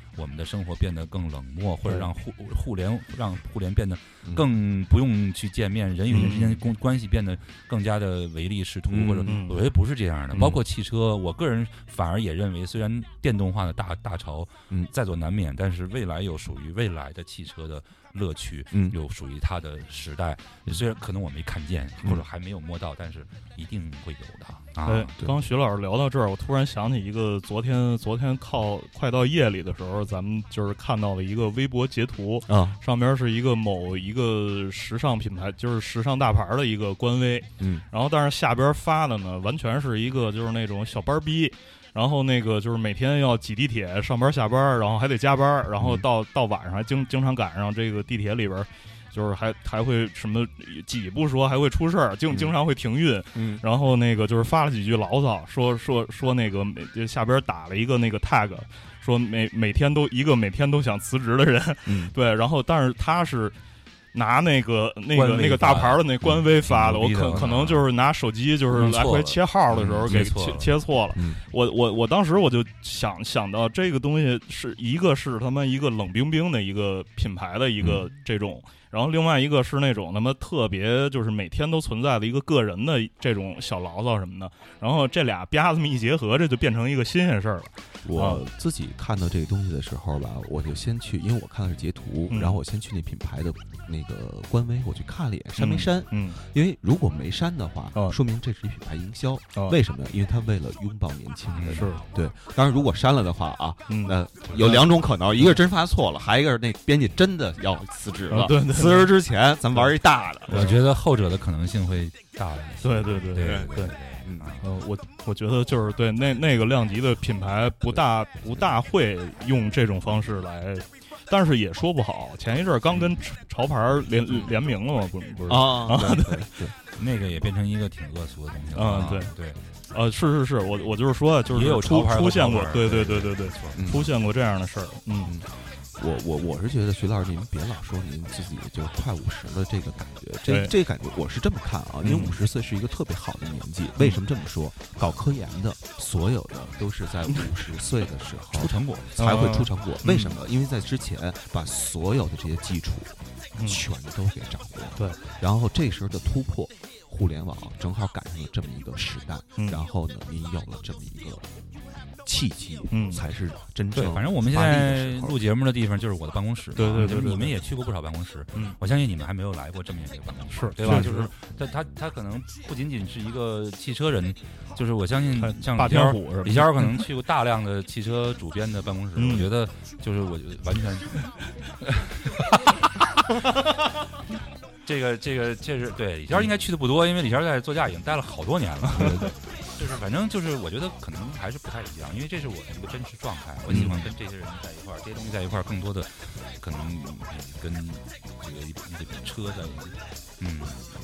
我们的生活变得更冷漠，或者让互互联让互联变得更不用去见面，人与人之间关关系变得更加的唯利是图，或者我觉得不是这样的。包括汽车，我个人反而也认为，虽然电动化的大大潮在所难免，但是未来有属于未来的汽车的乐趣，嗯，有属于它的时代。虽然可能我没看见，或者还没有摸到，但是一定会有的。啊， 哎，刚徐老师聊到这儿，我突然想起一个昨天昨天靠快到夜里的时候，咱们就是看到了一个微博截图啊，上边是一个某一个时尚品牌，就是时尚大牌的一个官微，嗯，然后但是下边发的呢，完全是一个就是那种小班逼。然后那个就是每天要挤地铁上班下班，然后还得加班，然后到到晚上还经经常赶上这个地铁里边，就是还还会什么挤不说还会出事儿，经经常会停运。嗯，然后那个就是发了几句牢骚，说说说那个就下边打了一个那个 tag， 说每每天都一个每天都想辞职的人。嗯，对，然后但是他是。拿那个那个那个大牌的那官微发的，我可可能就是拿手机就是来回切号的时候给切切错了。我我我当时我就想想到这个东西是一个是他妈一个冷冰冰的一个品牌的一个这种，然后另外一个是那种他妈特别就是每天都存在的一个个人的这种小牢骚什么的，然后这俩吧这么一结合，这就变成一个新鲜事儿了。 我自己看到这个东西的时候吧，我就先去，因为我看的是截图，嗯、然后我先去那品牌的那个官微，我去看了一眼删没删。嗯，因为如果没删的话，哦、说明这是一品牌营销。哦、为什么？因为他为了拥抱年轻人。 是对。当然，如果删了的话啊，嗯、那有两种可能，一个是真发错了，还一个是那编辑真的要辞职了。 哦、对, 对, 对， 辞职之前咱玩一大的。 我觉得后者的可能性会大一些。 对对对对 对, 对, 对。嗯，呃，我我觉得就是对那那个量级的品牌不大不大会用这种方式来，但是也说不好。前一阵刚跟潮牌联联名了嘛，不不是啊？ 对对对，那个也变成一个挺恶俗的东西了。 啊，对对， 呃，是是是，我我就是说，就是也有出出现过， 对对对对对，出现过这样的事儿。嗯。 我我我是觉得徐老师，您别老说您自己就快五十了这个感觉，这这感觉我是这么看啊，因为五十岁是一个特别好的年纪。为什么这么说？搞科研的所有的都是在五十岁的时候出成果， 才会出成果。为什么？因为在之前把所有的这些基础全都给掌握了， 对， 然后这时候的突破，互联网正好赶上了这么一个时代，然后呢，您有了这么一个。契机，嗯，才是真正。 对，反正我们现在录节目的地方就是我的办公室。 对对 对, 对， 你们也去过不少办公室，嗯，我相信你们还没有来过这么一个办公室， 是对吧？就是他他他可能不仅仅是一个汽车人，就是我相信像李天虎， 李天可能去过大量的汽车主编的办公室， 嗯、 我觉得就是我完全。这个这个这是对李天应该去的不多，因为李天在座驾已经待了好多年了。对对对。就是反正就是我觉得可能还是不太一样，因为这是我的一个真实状态，我喜欢跟这些人在一块儿，这些东西在一块儿，更多的可能跟这个一一个车在一起，嗯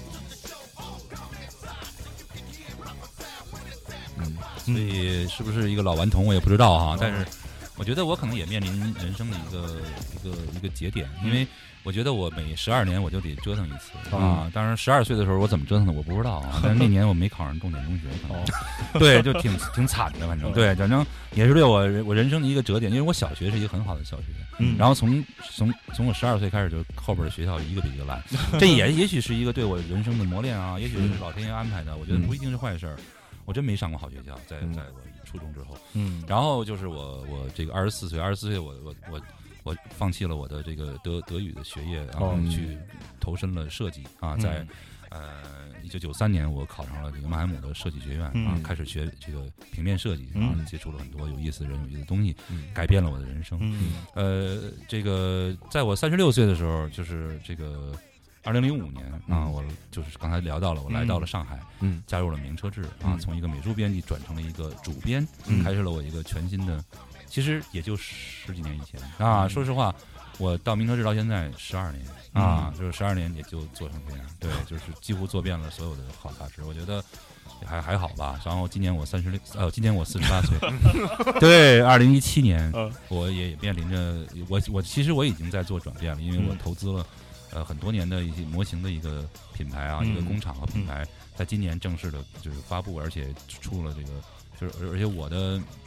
嗯，所以是不是一个老顽童我也不知道哈，但是我觉得我可能也面临人生的一个一个一个节点，因为。我觉得我每十二年我就得折腾一次啊！当然，十二岁的时候我怎么折腾的我不知道啊。但是那年我没考上重点中学，可能、哦、对，就挺挺惨的，反正对，反正也是对我我人生的一个折点。因为我小学是一个很好的小学，嗯，然后从从从我十二岁开始，就后边的学校一个比一个烂。这也也许是一个对我人生的磨练啊，也许是老天爷安排的，我觉得不一定是坏事儿。我真没上过好学校，在在我初中之后，嗯，然后就是我我这个二十四岁，二十四岁我我我。我放弃了我的这个德德语的学业，然后去投身了设计啊，在呃一九九三年我考上了这个曼海姆的设计学院啊，开始学这个平面设计啊，接触了很多有意思的人、有意思的东西，改变了我的人生。呃，这个在我三十六岁的时候，就是这个二零零五年啊，我就是刚才聊到了，我来到了上海，嗯，加入了名车志啊，从一个美术编辑转成了一个主编，开始了我一个全新的。其实也就十几年以前啊，说实话，我到名车志到现在十二年啊，就是十二年也就做成这样，对，就是几乎做遍了所有的好杂志，我觉得还还好吧。然后今年我三十六，呃，今年我四十八岁，对，二零一七年我也面临着我我其实我已经在做转变了，因为我投资了呃很多年的一些模型的一个品牌啊，一个工厂和品牌，在今年正式的就是发布，而且出了这个就是而且我的。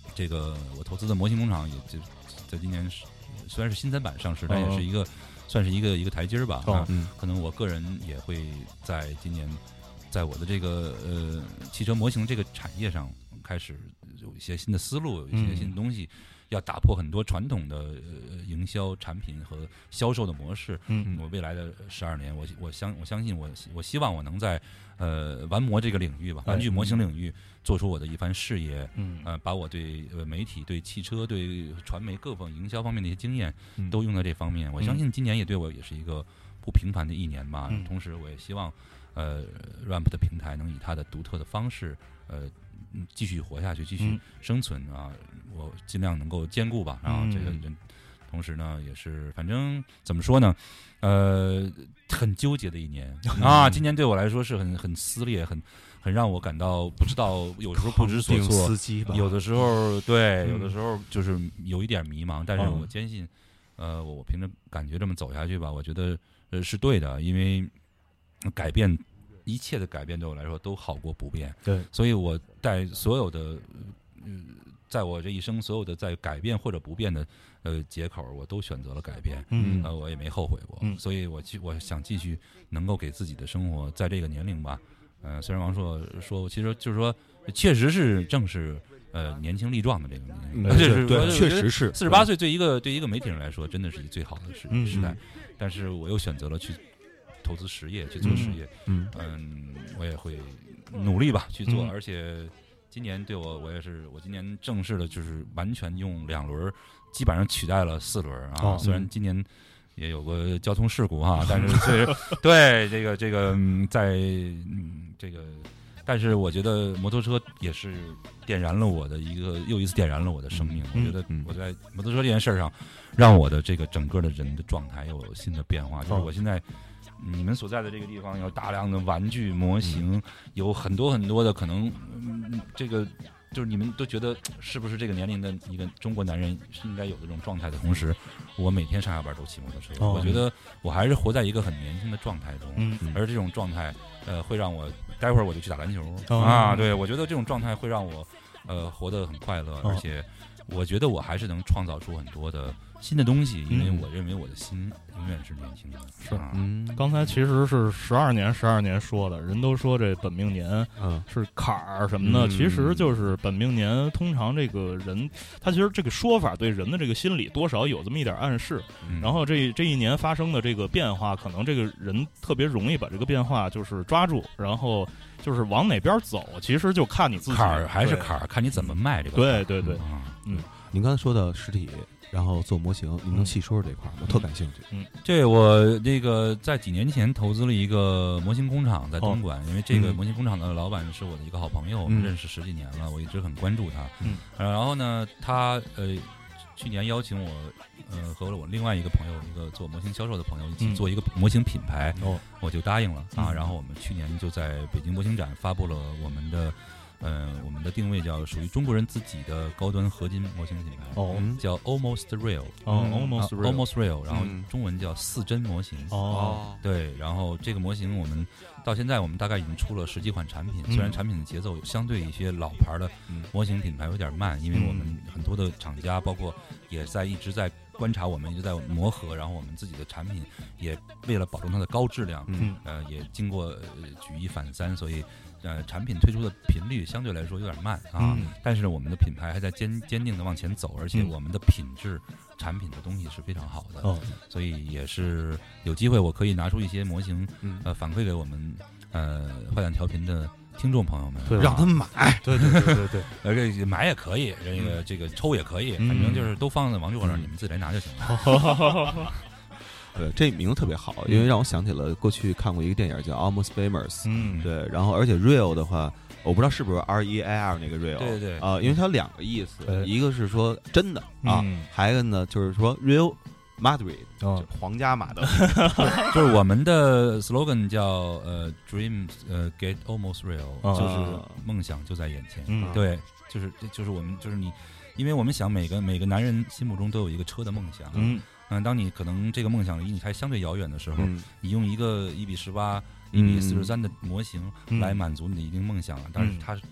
这个我投资的模型工厂也就在今年是虽然是新三板上市，但也是一个、哦、算是一个一个台阶吧。 哦、 啊嗯，可能我个人也会在今年，在我的这个呃汽车模型这个产业上开始有一些新的思路，有一些新的东西。嗯，要打破很多传统的呃营销产品和销售的模式。嗯，我未来的十二年，我我相我相信我我希望我能在呃玩模这个领域吧，玩具模型领域做出我的一番事业。嗯，呃，把我对呃媒体、对汽车、对传媒各方营销方面的一些经验都用在这方面。嗯，我相信今年也对我也是一个不平凡的一年吧。嗯，同时，我也希望呃 Ramp 的平台能以它的独特的方式呃。继续活下去，继续生存啊！嗯、我尽量能够兼顾吧。然后这个人，嗯、同时呢，也是反正怎么说呢，呃，很纠结的一年啊！今年对我来说是很很撕裂，很很让我感到不知道，有时候不知所措，有的时候对，有的时候就是有一点迷茫。但是我坚信，呃，我凭着感觉这么走下去吧，我觉得呃是对的，因为改变。一切的改变对我来说都好过不变， 对， 所以我在所有的，呃，在我这一生所有的在改变或者不变的呃节口，我都选择了改变，嗯，呃，我也没后悔过，嗯，所以我继我想继续能够给自己的生活在这个年龄吧，呃，虽然王朔说，其实就是说，确实是正是呃年轻力壮的这个年龄， 嗯、对, 对，确实是四十八岁对一个对一个媒体人来说，真的是最好的时时代，嗯、但是我又选择了去。投资实业去做实业，嗯嗯，我也会努力吧去做，嗯、而且今年对我我也是，我今年正式的就是完全用两轮，基本上取代了四轮啊。哦、虽然今年也有个交通事故哈，嗯、但是确实对这个这个、嗯、在嗯这个，但是我觉得摩托车也是点燃了我的一个又一次点燃了我的生命。嗯、我觉得我在摩托车这件事上，让我的这个整个的人的状态又有新的变化，就是我现在。你们所在的这个地方有大量的玩具模型，嗯、有很多很多的可能，嗯、这个就是你们都觉得是不是这个年龄的一个中国男人是应该有的这种状态的同时，我每天上下班都骑摩托车，哦、我觉得我还是活在一个很年轻的状态中，嗯、而这种状态呃会让我待会儿我就去打篮球，哦、啊，对，我觉得这种状态会让我呃活得很快乐，哦、而且我觉得我还是能创造出很多的。新的东西，因为我认为我的心永远是年轻的。 是，嗯，刚才其实是十二年，十二年说的，人都说这本命年，嗯，是坎儿什么的，嗯、其实就是本命年。通常这个人，他其实这个说法对人的这个心理多少有这么一点暗示。嗯、然后这这一年发生的这个变化，可能这个人特别容易把这个变化就是抓住，然后就是往哪边走，其实就看你自己。 坎儿还是坎儿，看你怎么卖这个。 对对对， 嗯，嗯您刚才说的实体。然后做模型，你能细说说这块儿？我特感兴趣。 嗯，对我那个在几年前投资了一个模型工厂在东莞，哦、因为这个模型工厂的老板是我的一个好朋友，我们、嗯、认识十几年了，我一直很关注他。嗯，呃、然后呢，他呃去年邀请我，呃和我另外一个朋友，一个做模型销售的朋友一起做一个模型品牌，哦、我就答应了啊。然后我们去年就在北京模型展发布了我们的。呃，我们的定位叫属于中国人自己的高端合金模型品牌，哦，叫 Almost Real， 哦 ，Almost Real，Almost Real， 然后中文叫四真模型，哦，对，然后这个模型我们到现在我们大概已经出了十几款产品，虽然产品的节奏相对一些老牌的模型品牌有点慢，因为我们很多的厂家包括也在一直在观察，我们一直在磨合，然后我们自己的产品也为了保证它的高质量，嗯，呃，也经过、呃、举一反三，所以。呃，产品推出的频率相对来说有点慢啊，嗯、但是我们的品牌还在坚坚定的往前走，而且我们的品质、嗯、产品的东西是非常好的，哦、所以也是有机会我可以拿出一些模型，嗯、呃，反馈给我们呃坏蛋调频的听众朋友们， 对，让他们买， 对对对对对， 呃，这买也可以，这个这个抽也可以，反正就是都放在王座上，嗯、你们自己来拿就行了。 对，这名字特别好，因为让我想起了过去看过一个电影叫《Almost Famous》。嗯，对，然后而且 real 的话，我不知道是不是 R E A L 那个 real， 对对啊、呃，因为它有两个意思，一个是说真的啊，嗯、还有一个呢就是说 real Madrid，哦、就皇家马德里， 就是我们的 slogan 叫呃 Dreams 呃 Get Almost Real，、哦、就是梦想就在眼前。嗯，对，就是就是我们就是你，因为我们想每个每个男人心目中都有一个车的梦想。嗯。嗯，当你可能这个梦想离你还相对遥远的时候，嗯、你用一个一比十八、一比四十三的模型来满足你的一定梦想了，嗯、但是它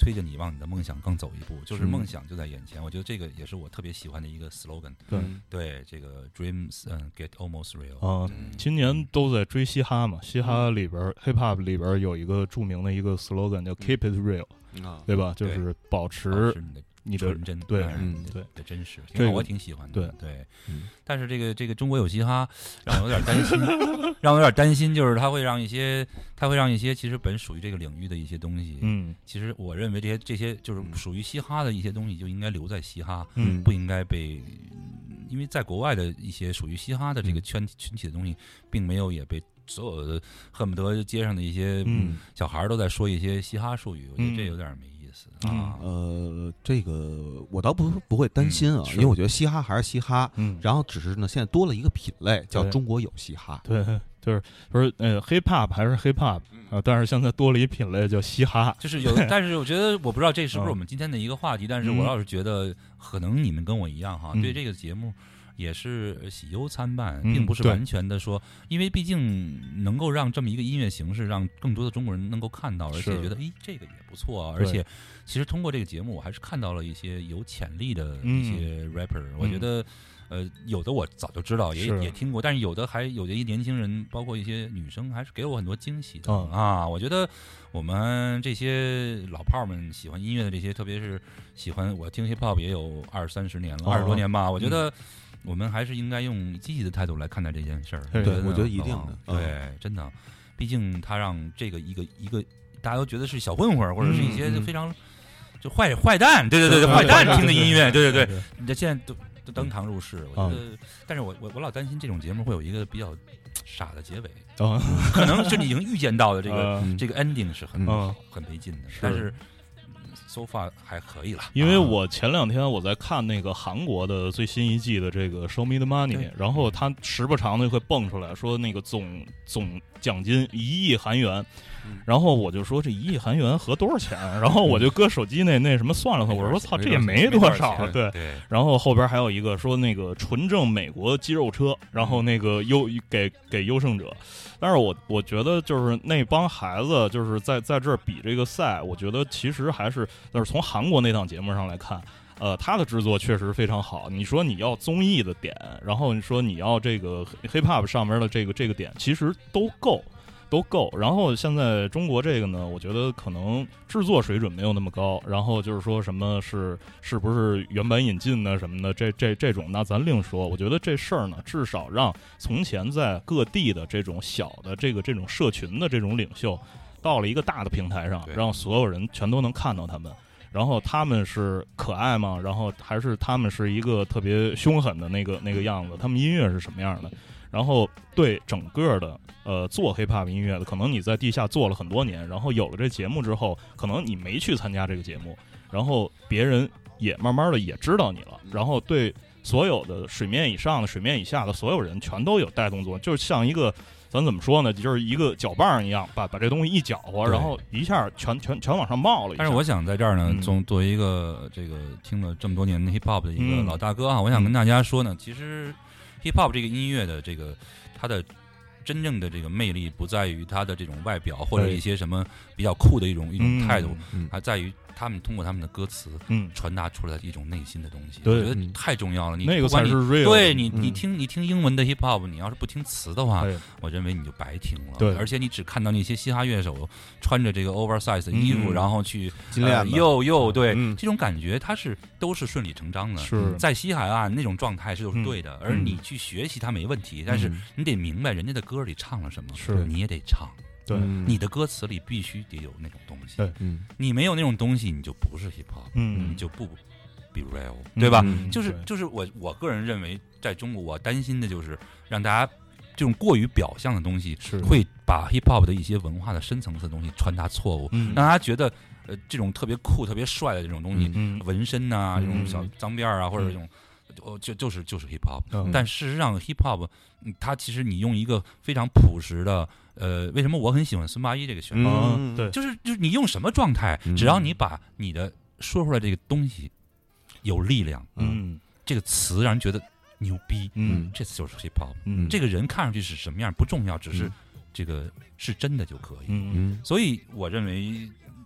推着你往你的梦想更走一步，就是梦想就在眼前。我觉得这个也是我特别喜欢的一个 slogan。 对对，这个 dreams 嗯、uh, get almost real。 啊、嗯，今年都在追嘻哈嘛，嘻哈里边、嗯、hip hop 里边有一个著名的一个 slogan 叫 keep it real，、嗯、对吧？就是保持你的纯真， 对， 嗯， 对的真实， 这个我挺喜欢的， 对对。嗯、但是这个这个中国有嘻哈，让我有点担心，让我有点担心，就是它会让一些，它会让一些其实本属于这个领域的一些东西， 嗯， 其实我认为这些这些就是属于嘻哈的一些东西就应该留在嘻哈， 嗯， 不应该被。因为在国外的一些属于嘻哈的这个圈群体的东西，并没有也被所有的恨不得街上的一些小孩都在说一些嘻哈术语，我觉得这有点没意思、 嗯、 啊。 呃，这个我倒不不会担心啊、 嗯， 因为我觉得嘻哈还是嘻哈， 嗯， 然后只是呢现在多了一个品类叫中国有嘻哈， 对，就是不是呃 hip hop 还是 hip hop 啊、呃，但是现在多了一品类叫嘻哈， 就是有，但是我觉得我不知道这是不是我们今天的一个话题，但是我倒是觉得可能你们跟我一样哈， 嗯、 对这个节目。也是喜忧参半， 嗯、 并不是完全的说，因为毕竟能够让这么一个音乐形式让更多的中国人能够看到，而且觉得诶这个也不错啊。而且其实通过这个节目，我还是看到了一些有潜力的一些 rapper，、嗯、我觉得呃有的我早就知道，也也听过，但是有的还有的一年轻人，包括一些女生，还是给我很多惊喜的、 嗯、 啊。我觉得我们这些老炮们喜欢音乐的这些，特别是喜欢我听 hip hop 也有二三十年了，二、哦、十多年吧，我觉得。嗯我们还是应该用积极的态度来看待这件事儿。 对，我觉得一定的。 对，嗯、真的，毕竟他让这个一个一个大家都觉得是小混混或者是一些非常、嗯、就坏坏蛋，对对对对，坏蛋听的音乐，对对对，你这现在都都登堂入室，我觉得。嗯、但是我我我老担心这种节目会有一个比较傻的结尾， 嗯、 可能是你已经预见到的这个、 嗯、 这个 ending 是很、 嗯、 很没劲的， 是但是。so far 还可以了， 因为我前两天我在看那个韩国的最新一季的这个 Show Me the Money， 然后他时不常的会蹦出来说那个总总奖金一亿韩元，然后我就说这一亿韩元合多少钱？然后我就搁手机那那什么算了算，我说操，这也没多少，对。然后后边还有一个说那个纯正美国肌肉车，然后那个优给给优胜者。但是我我觉得就是那帮孩子就是在在这儿比这个赛，我觉得其实还是就是从韩国那档节目上来看，呃，他的制作确实非常好。你说你要综艺的点，然后你说你要这个 hip hop 上面的这个这个点，其实都够。都够，然后现在中国这个呢，我觉得可能制作水准没有那么高，然后就是说什么是是不是原版引进呢什么的，这这这种那咱另说。我觉得这事儿呢，至少让从前在各地的这种小的这个这种社群的这种领袖，到了一个大的平台上，让所有人全都能看到他们。然后他们是可爱吗？然后还是他们是一个特别凶狠的那个那个样子？他们音乐是什么样的？然后对整个的呃做 hiphop 音乐的，可能你在地下做了很多年，然后有了这节目之后，可能你没去参加这个节目，然后别人也慢慢的也知道你了，然后对所有的水面以上的、水面以下的所有人全都有带动作，就像一个咱怎么说呢，就是一个搅拌一样，把把这东西一搅和，然后一下全全全往上冒了一下。 但是我想在这儿呢， 嗯、 从作为一个这个听了这么多年的 hiphop 的一个老大哥啊，嗯、我想跟大家说呢，其实 hiphop 这个音乐的这个它的真正的这个魅力不在于它的这种外表或者一些什么比较酷的一种一种态度， 嗯、 还在于他们通过他们的歌词， 嗯， 传达出来的一种内心的东西。 对， 我觉得太重要了。你那个才是 real。 对你，你听你听英文的 hip hop， 你要是不听词的话，我认为你就白听了。 对， 而且你只看到那些嘻哈乐手穿着这个 oversize 的衣服， 嗯、 然后去金链子， 又又对、 嗯、 这种感觉，它是都是顺理成章的。 是在西海岸那种状态是都是对的， 嗯、 而你去学习它没问题， 嗯、 但是你得明白人家的歌里唱了什么， 是你也得唱。 对， 你的歌词里必须得有那种东西。 对， 嗯，你没有那种东西，你就不是 hip hop， 嗯， 你就不 be real，、嗯、对吧？ 嗯、 就是就是我我个人认为，在中国，我担心的就是让大家这种过于表象的东西，会把 hip hop 的一些文化的深层次的东西传达错误， 嗯、 让大家觉得呃这种特别酷、特别帅的这种东西， 嗯、 纹身呐、啊， 嗯、 这种小脏辫啊，或者这种。哦，就就是就是 hip hop，、 嗯、 但事实上 hip hop，、嗯、它其实你用一个非常朴实的，呃，为什么我很喜欢孙八一这个旋律？ 嗯、对， 就是就是你用什么状态， 嗯、 只要你把你的说出来这个东西有力量， 嗯， 这个词让人觉得牛逼， 嗯， 这就是 hip hop， 嗯， 这个人看上去是什么样不重要，只是这个是真的就可以， 嗯， 所以我认为。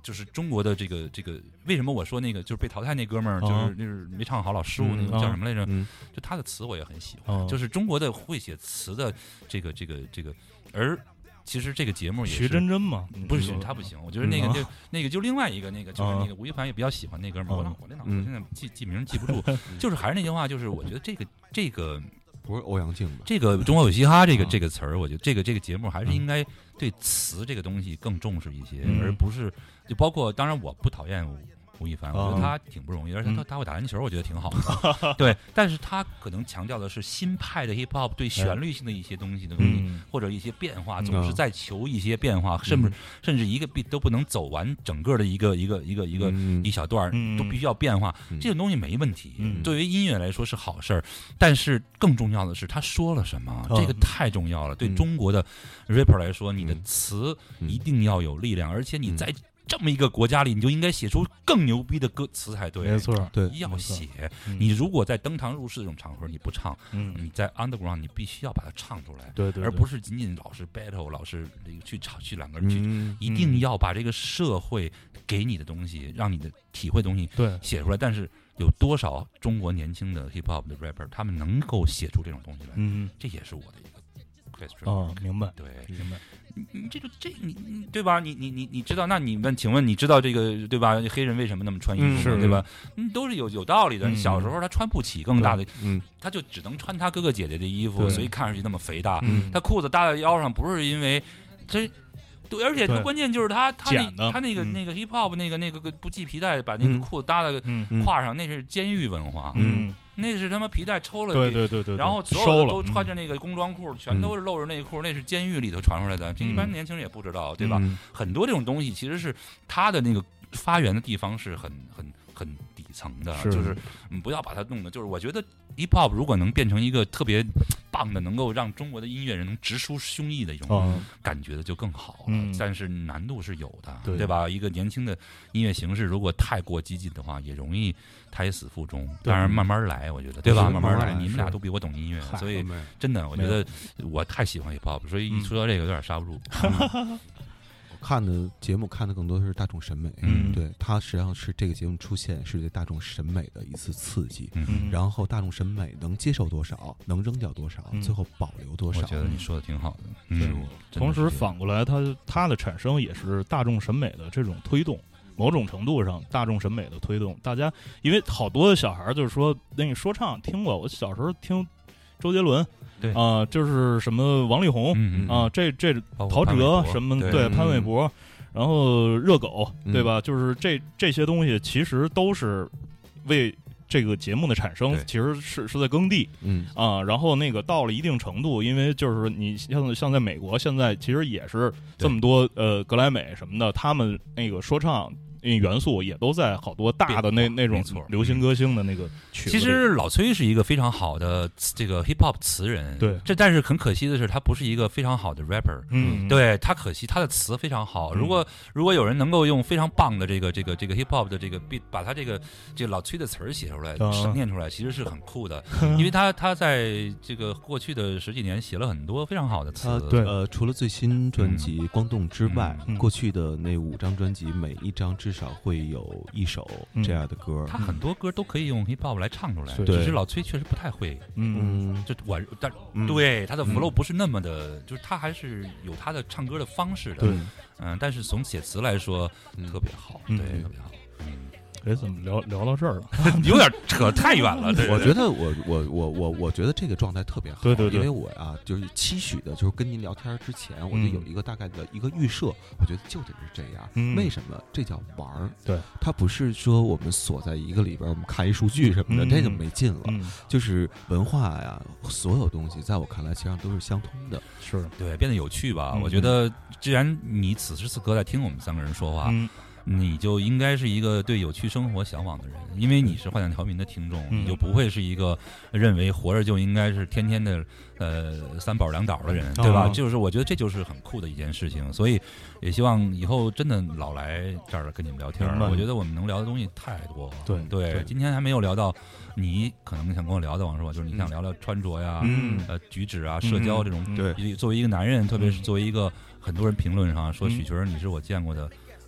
就是中国的这个这个，为什么我说那个就是被淘汰那哥们儿，就是就是没唱好老失误那个叫什么来着？就他的词我也很喜欢，就是中国的会写词的这个这个这个，而其实这个节目也是徐真真嘛， 不是他不行，我觉得那个就那个就另外一个那个就是那个吴亦凡也比较喜欢那哥们儿，我我那脑子现在记记名记不住，就是还是那句话，就是我觉得这个这个。 不是欧阳靖吧？ 这个中国有嘻哈这个这个词儿，我觉得这个这个节目还是应该对词这个东西更重视一些， 嗯、 而不是就包括当然我不讨厌吴亦凡，我觉得他挺不容易，而且他他会打篮球，我觉得挺好的。对，但是他可能强调的是新派的 hip hop 对旋律性的一些东西的东西， 嗯、 或者一些变化，总是在求一些变化，甚至甚至一个 beat 都不能走完整个的一个一个一个一个一小段，都必须要变化。这种东西没问题，对于音乐来说是好事儿，但是更重要的是他说了什么，这个太重要了。对中国的 rapper 来说，你的词一定要有力量，而且你在这么一个国家里，你就应该写出更牛逼的歌词才对。 没错， 对， 要写。你如果在登堂入室这种场合你不唱，嗯，你在 underground 你必须要把它唱出来， 对 对, 对， 而不是仅仅老是 battle， 老是去吵去两个人去，嗯、一定要把这个社会给你的东西，让你的体会的东西对写出来。但是有多少中国年轻的 hip hop 的 rapper， 他们能够写出这种东西来？嗯，这也是我的一个 question。 哦，明白， 对， 明白。 你这个这你你对吧？你你你你知道？那你问，请问你知道这个对吧？黑人为什么那么穿衣服、嗯、对吧？嗯，都是有有道理的。 嗯、 小时候他穿不起更大的， 嗯， 他就只能穿他哥哥姐姐的衣服，所以看上去那么肥大。 嗯、 他裤子搭在腰上，不是因为这。对，而且关键就是他他那他那个、嗯、那个 hip hop 那个那个不系皮带把那个裤子搭在胯上，嗯、那是监狱文化。 嗯。 那是他妈皮带抽了， 对对对 对, 对， 然后所有的都穿着那个工装裤，嗯、全都是露着内裤，那是监狱里头传出来的，这、嗯、一般年轻人也不知道，对吧？嗯、很多这种东西其实是它的那个发源的地方是很很很底层的， 是就是你不要把它弄的，就是我觉得 hip hop 如果能变成一个特别棒的，能够让中国的音乐人能直抒胸臆的一种感觉的就更好了， 嗯、 但是难度是有的， 对, 对吧？一个年轻的音乐形式如果太过激进的话，也容易胎死腹中。当然慢慢来，我觉得对吧？慢慢来，你们俩都比我懂音乐，所以真的，我觉得我太喜欢 hip hop， 所以一说到这个有点刹不住。 嗯看的节目看的更多是大众审美， 嗯， 对，它实际上是这个节目出现是对大众审美的一次刺激， 嗯， 然后大众审美能接受多少，能扔掉多少， 嗯、 最后保留多少。 我觉得你说的挺好的，嗯， 同时反过来，它它的产生也是大众审美的这种推动。某种程度上，大众审美的推动，大家因为好多的小孩就是说，那个说唱听过，我小时候听周杰伦。 对啊、呃，就是什么王力宏啊、 嗯嗯呃，这这陶喆什么对, 对潘玮柏，然后热狗、 嗯、 对吧？就是这这些东西其实都是为这个节目的产生，其实是是在耕地， 嗯啊，然后那个到了一定程度，因为就是你像像在美国现在其实也是这么多呃格莱美什么的，他们那个说唱。元素也都在好多大的那那种流行歌星的那个曲子。 其实老崔是一个非常好的这个 hip hop 词人， 对， 这但是很可惜的是，他不是一个非常好的 rapper。 嗯， 对他可惜他的词非常好。如果、嗯、如果有人能够用非常棒的这个这个这个 hip hop 的这个 beat 把他这个这个老崔的词儿写出来、嗯、念出来，其实是很酷的。因为他他在这个过去的十几年写了很多非常好的词。 对，呃，除了最新专辑《光动》之外、 嗯， 过去的那五张专辑，每一张至少会有一首这样的歌， 他很多歌都可以用 hip hop 来唱出来， 对， 只是老崔确实不太会。 嗯， 就我但、嗯、对他的 flow 不是那么的，嗯、就是他还是有他的唱歌的方式的。 对， 嗯，但是从写词来说、嗯、特别好， 嗯、 对，特别好。嗯， 哎，怎么聊聊到这儿了？ 有点扯太远了。对， 我觉得我我我我我觉得这个状态特别好。 对对对， 因为我啊，就是期许的，就是跟您聊天之前，我就有一个大概的一个预设，我觉得就得是这样。 嗯、 为什么？这叫玩儿。 对， 它不是说我们锁在一个里边，我们看一数据什么的， 嗯、 这个没劲了。 嗯、 就是文化呀，所有东西，在我看来，其实上都是相通的。 是， 对，变得有趣吧？ 嗯、 我觉得，既然你此时此刻在听我们三个人说话。 嗯， 你就应该是一个对有趣生活向往的人，因为你是幻想调频的听众， 嗯、 你就不会是一个认为活着就应该是天天的呃三宝两倒的人，对吧？ 哦、 就是我觉得这就是很酷的一件事情，所以也希望以后真的老来这儿跟你们聊天。我觉得我们能聊的东西太多了。 对对, 对， 今天还没有聊到你可能想跟我聊的，王叔，就是你想聊聊穿着呀、 嗯、 呃举止啊、社交这种。 对， 作为一个男人，特别是作为一个很多人评论上说许群你是我见过的。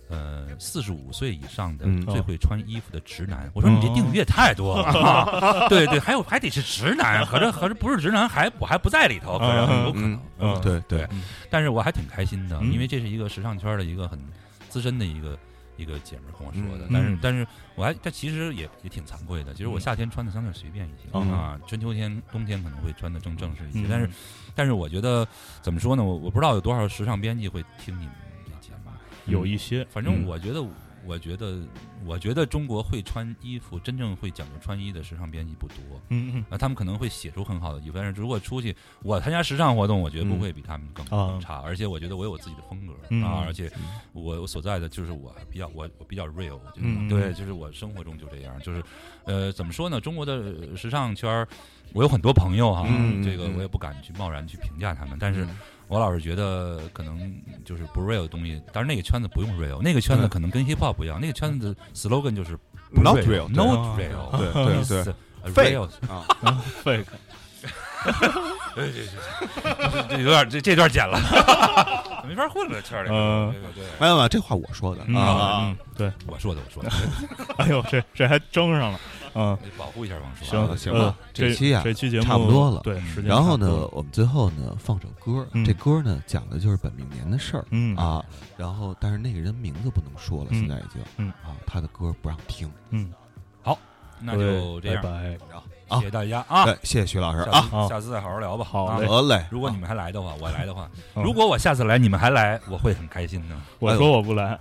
呃，四十五岁以上的嗯最会穿衣服的直男。我说你这订阅太多了，啊、对对，还有还得是直男，合着合着不是直男还我还不在里头，可能有可能， 嗯，嗯对对。 但是我还挺开心的， 嗯、 因为这是一个时尚圈的一个很资深的一个一个姐们跟我说的。 嗯、 但是但是我还但其实也也挺惭愧的，其实我夏天穿的相对随便一些、嗯、啊，春秋天冬天可能会穿的更正式一些，嗯、但是但是我觉得怎么说呢，我我不知道有多少时尚编辑会听你们。 有一些， 反正我觉得，嗯、我觉得，我觉得中国会穿衣服、真正会讲究穿衣的时尚编辑不多。 嗯嗯， 啊，他们可能会写出很好的衣服，但是如果出去，我参加时尚活动，我觉得不会比他们更、嗯、更差。而且我觉得我有自己的风格、 嗯、 啊，而且我我所在的就是我比较我我比较 real， 我觉得、 嗯、 对，就是我生活中就这样，就是呃，怎么说呢？中国的时尚圈，我有很多朋友哈、啊嗯， 这个我也不敢去贸然去评价他们，但是。嗯我老是觉得可能就是不 real 的东西，当然那个圈子不用 real， 那个圈子可能跟 hip hop 不一样，那个圈子的 slogan 就是 not real，not real， 对对对 ，real 啊 ，fake， 对对对，这有点这这段剪了，没法混了圈里。嗯，对对， 没有没有，这话我说的啊， 对， 我说的我说的。 哎呦，这这还争上了。嗯， 保护一下王叔。 行行吧， 这期啊， 这期节目差不多了。 对，时间然后呢，我们最后呢放首歌，这歌呢讲的就是本命年的事儿， 嗯啊，然后但是那个人名字不能说了，现在已经， 嗯啊，他的歌不让听， 嗯， 好，那就这样， 拜拜， 谢谢大家啊， 对，谢谢徐老师啊， 下次再好好聊吧， 好得嘞。 如果你们还来的话，我来的话，如果我下次来你们还来，我会很开心的。 我说我不来。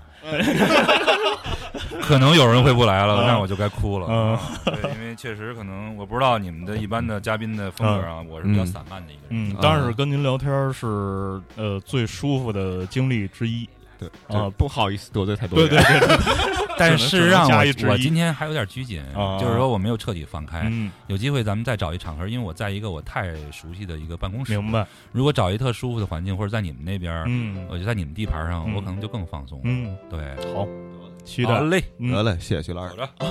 可能有人会不来了，那、嗯、我就该哭了。 嗯， 对，因为确实可能我不知道你们的一般的嘉宾的风格啊，嗯、我是比较散漫的一个人。 嗯，但是跟您聊天是呃最舒服的经历之一。 对啊、呃， 不好意思得罪太多人。对对对对。 但是事实上我，我今天还有点拘谨， 啊、 就是说我没有彻底放开。 嗯， 有机会咱们再找一场合，因为我在一个我太熟悉的一个办公室。 明白。 如果找一特舒服的环境，或者在你们那边， 嗯， 我就在你们地盘上， 嗯、 我可能就更放松。 嗯， 对， 好。期待。 好嘞， 嗯、得嘞，谢谢徐老师。 好的。 啊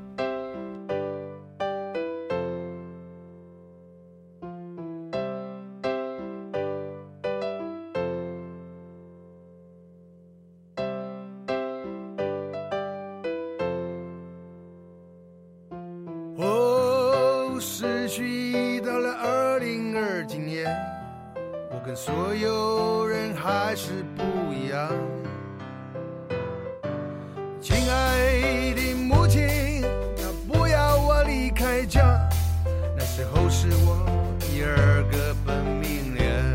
哦，时序到了二零二几年，我跟所有人还是不一样。亲爱的母亲，她不要我离开家，那时候是我第二个本命年。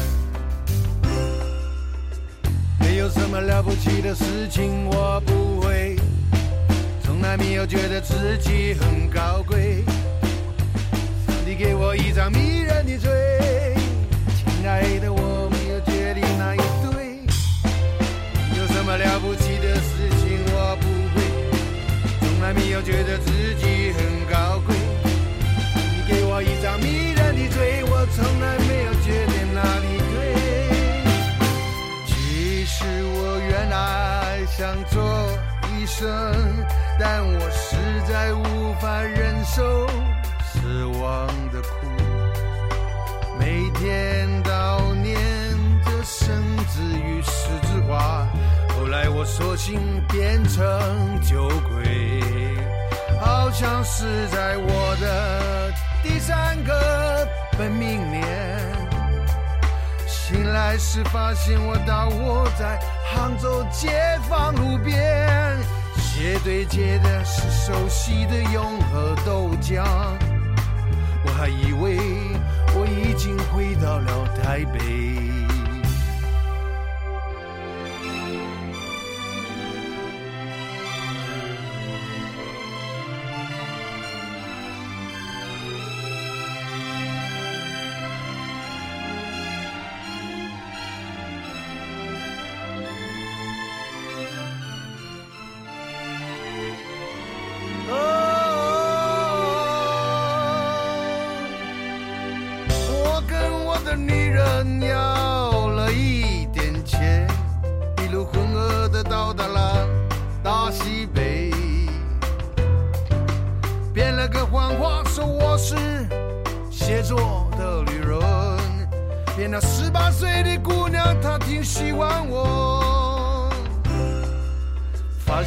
没有什么了不起的事情我不会，从来没有觉得自己很高贵。上帝给我一张迷人的嘴，亲爱的，我没有决定那一对。有什么了不起的事情我不会，从来没有觉得自己很高贵。你给我一张迷人的嘴，我从来没有决定哪里对。其实我原来想做医生，但我实在无法忍受失望的苦，每天悼念着生子与狮子花。后来我索性变成酒鬼，好像是在我的第三个本命年。醒来时发现我倒卧在杭州街坊路边，斜对街的是熟悉的永和豆浆，我还以为我已经回到了台北。要了一点钱，一路浑噩的到达了大西北，编了个谎话说我是写作的旅人，编了十八岁的姑娘她挺喜欢我，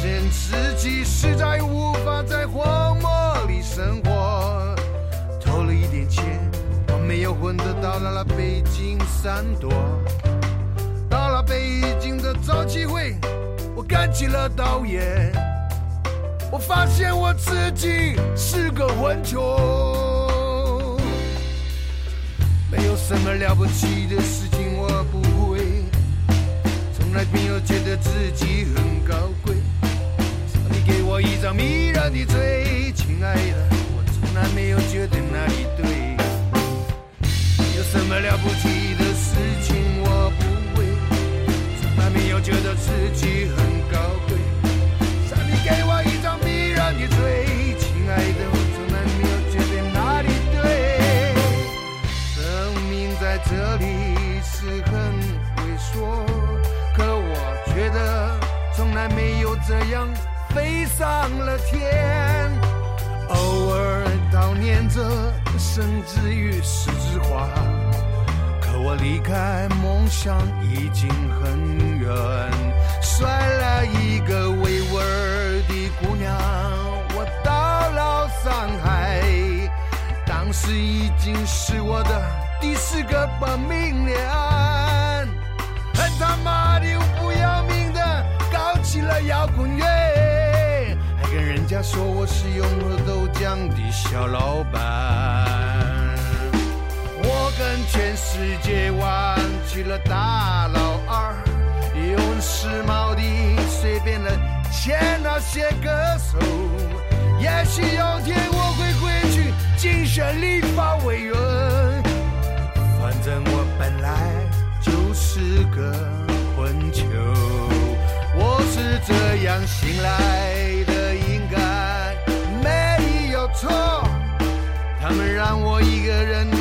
现自己实在无法在荒漠里生活。偷了一点钱，我没有混得到了北京三朵。到了北京的早期会，我干起了导演。我发现我自己是个混球，没有什么了不起的事情我不会，从来没有觉得自己很高贵。你给我一张迷人的嘴，亲爱的，我从来没有觉得哪里对。有什么了不起的事情我不会，从来没有觉得自己很高贵。上帝给我一张迷人的嘴，亲爱的，我从来没有觉得哪里对。生命在这里是很猥琐，可我觉得从来没有这样飞上了天。偶尔悼念着生之于石之花，可我离开梦想已经很远。摔了一个维吾尔的姑娘，我到了上海，当时已经是我的第四个本命年。很他妈的不要命的搞起了摇滚乐，还跟人家说我是永和豆浆的小老板。我跟全世界玩起了大老二，用时髦的随便的签那些歌手。也许有天我会回去竞选立法委员，反正我本来就是个混球。我是这样醒来的，应该没有错。他们让我一个人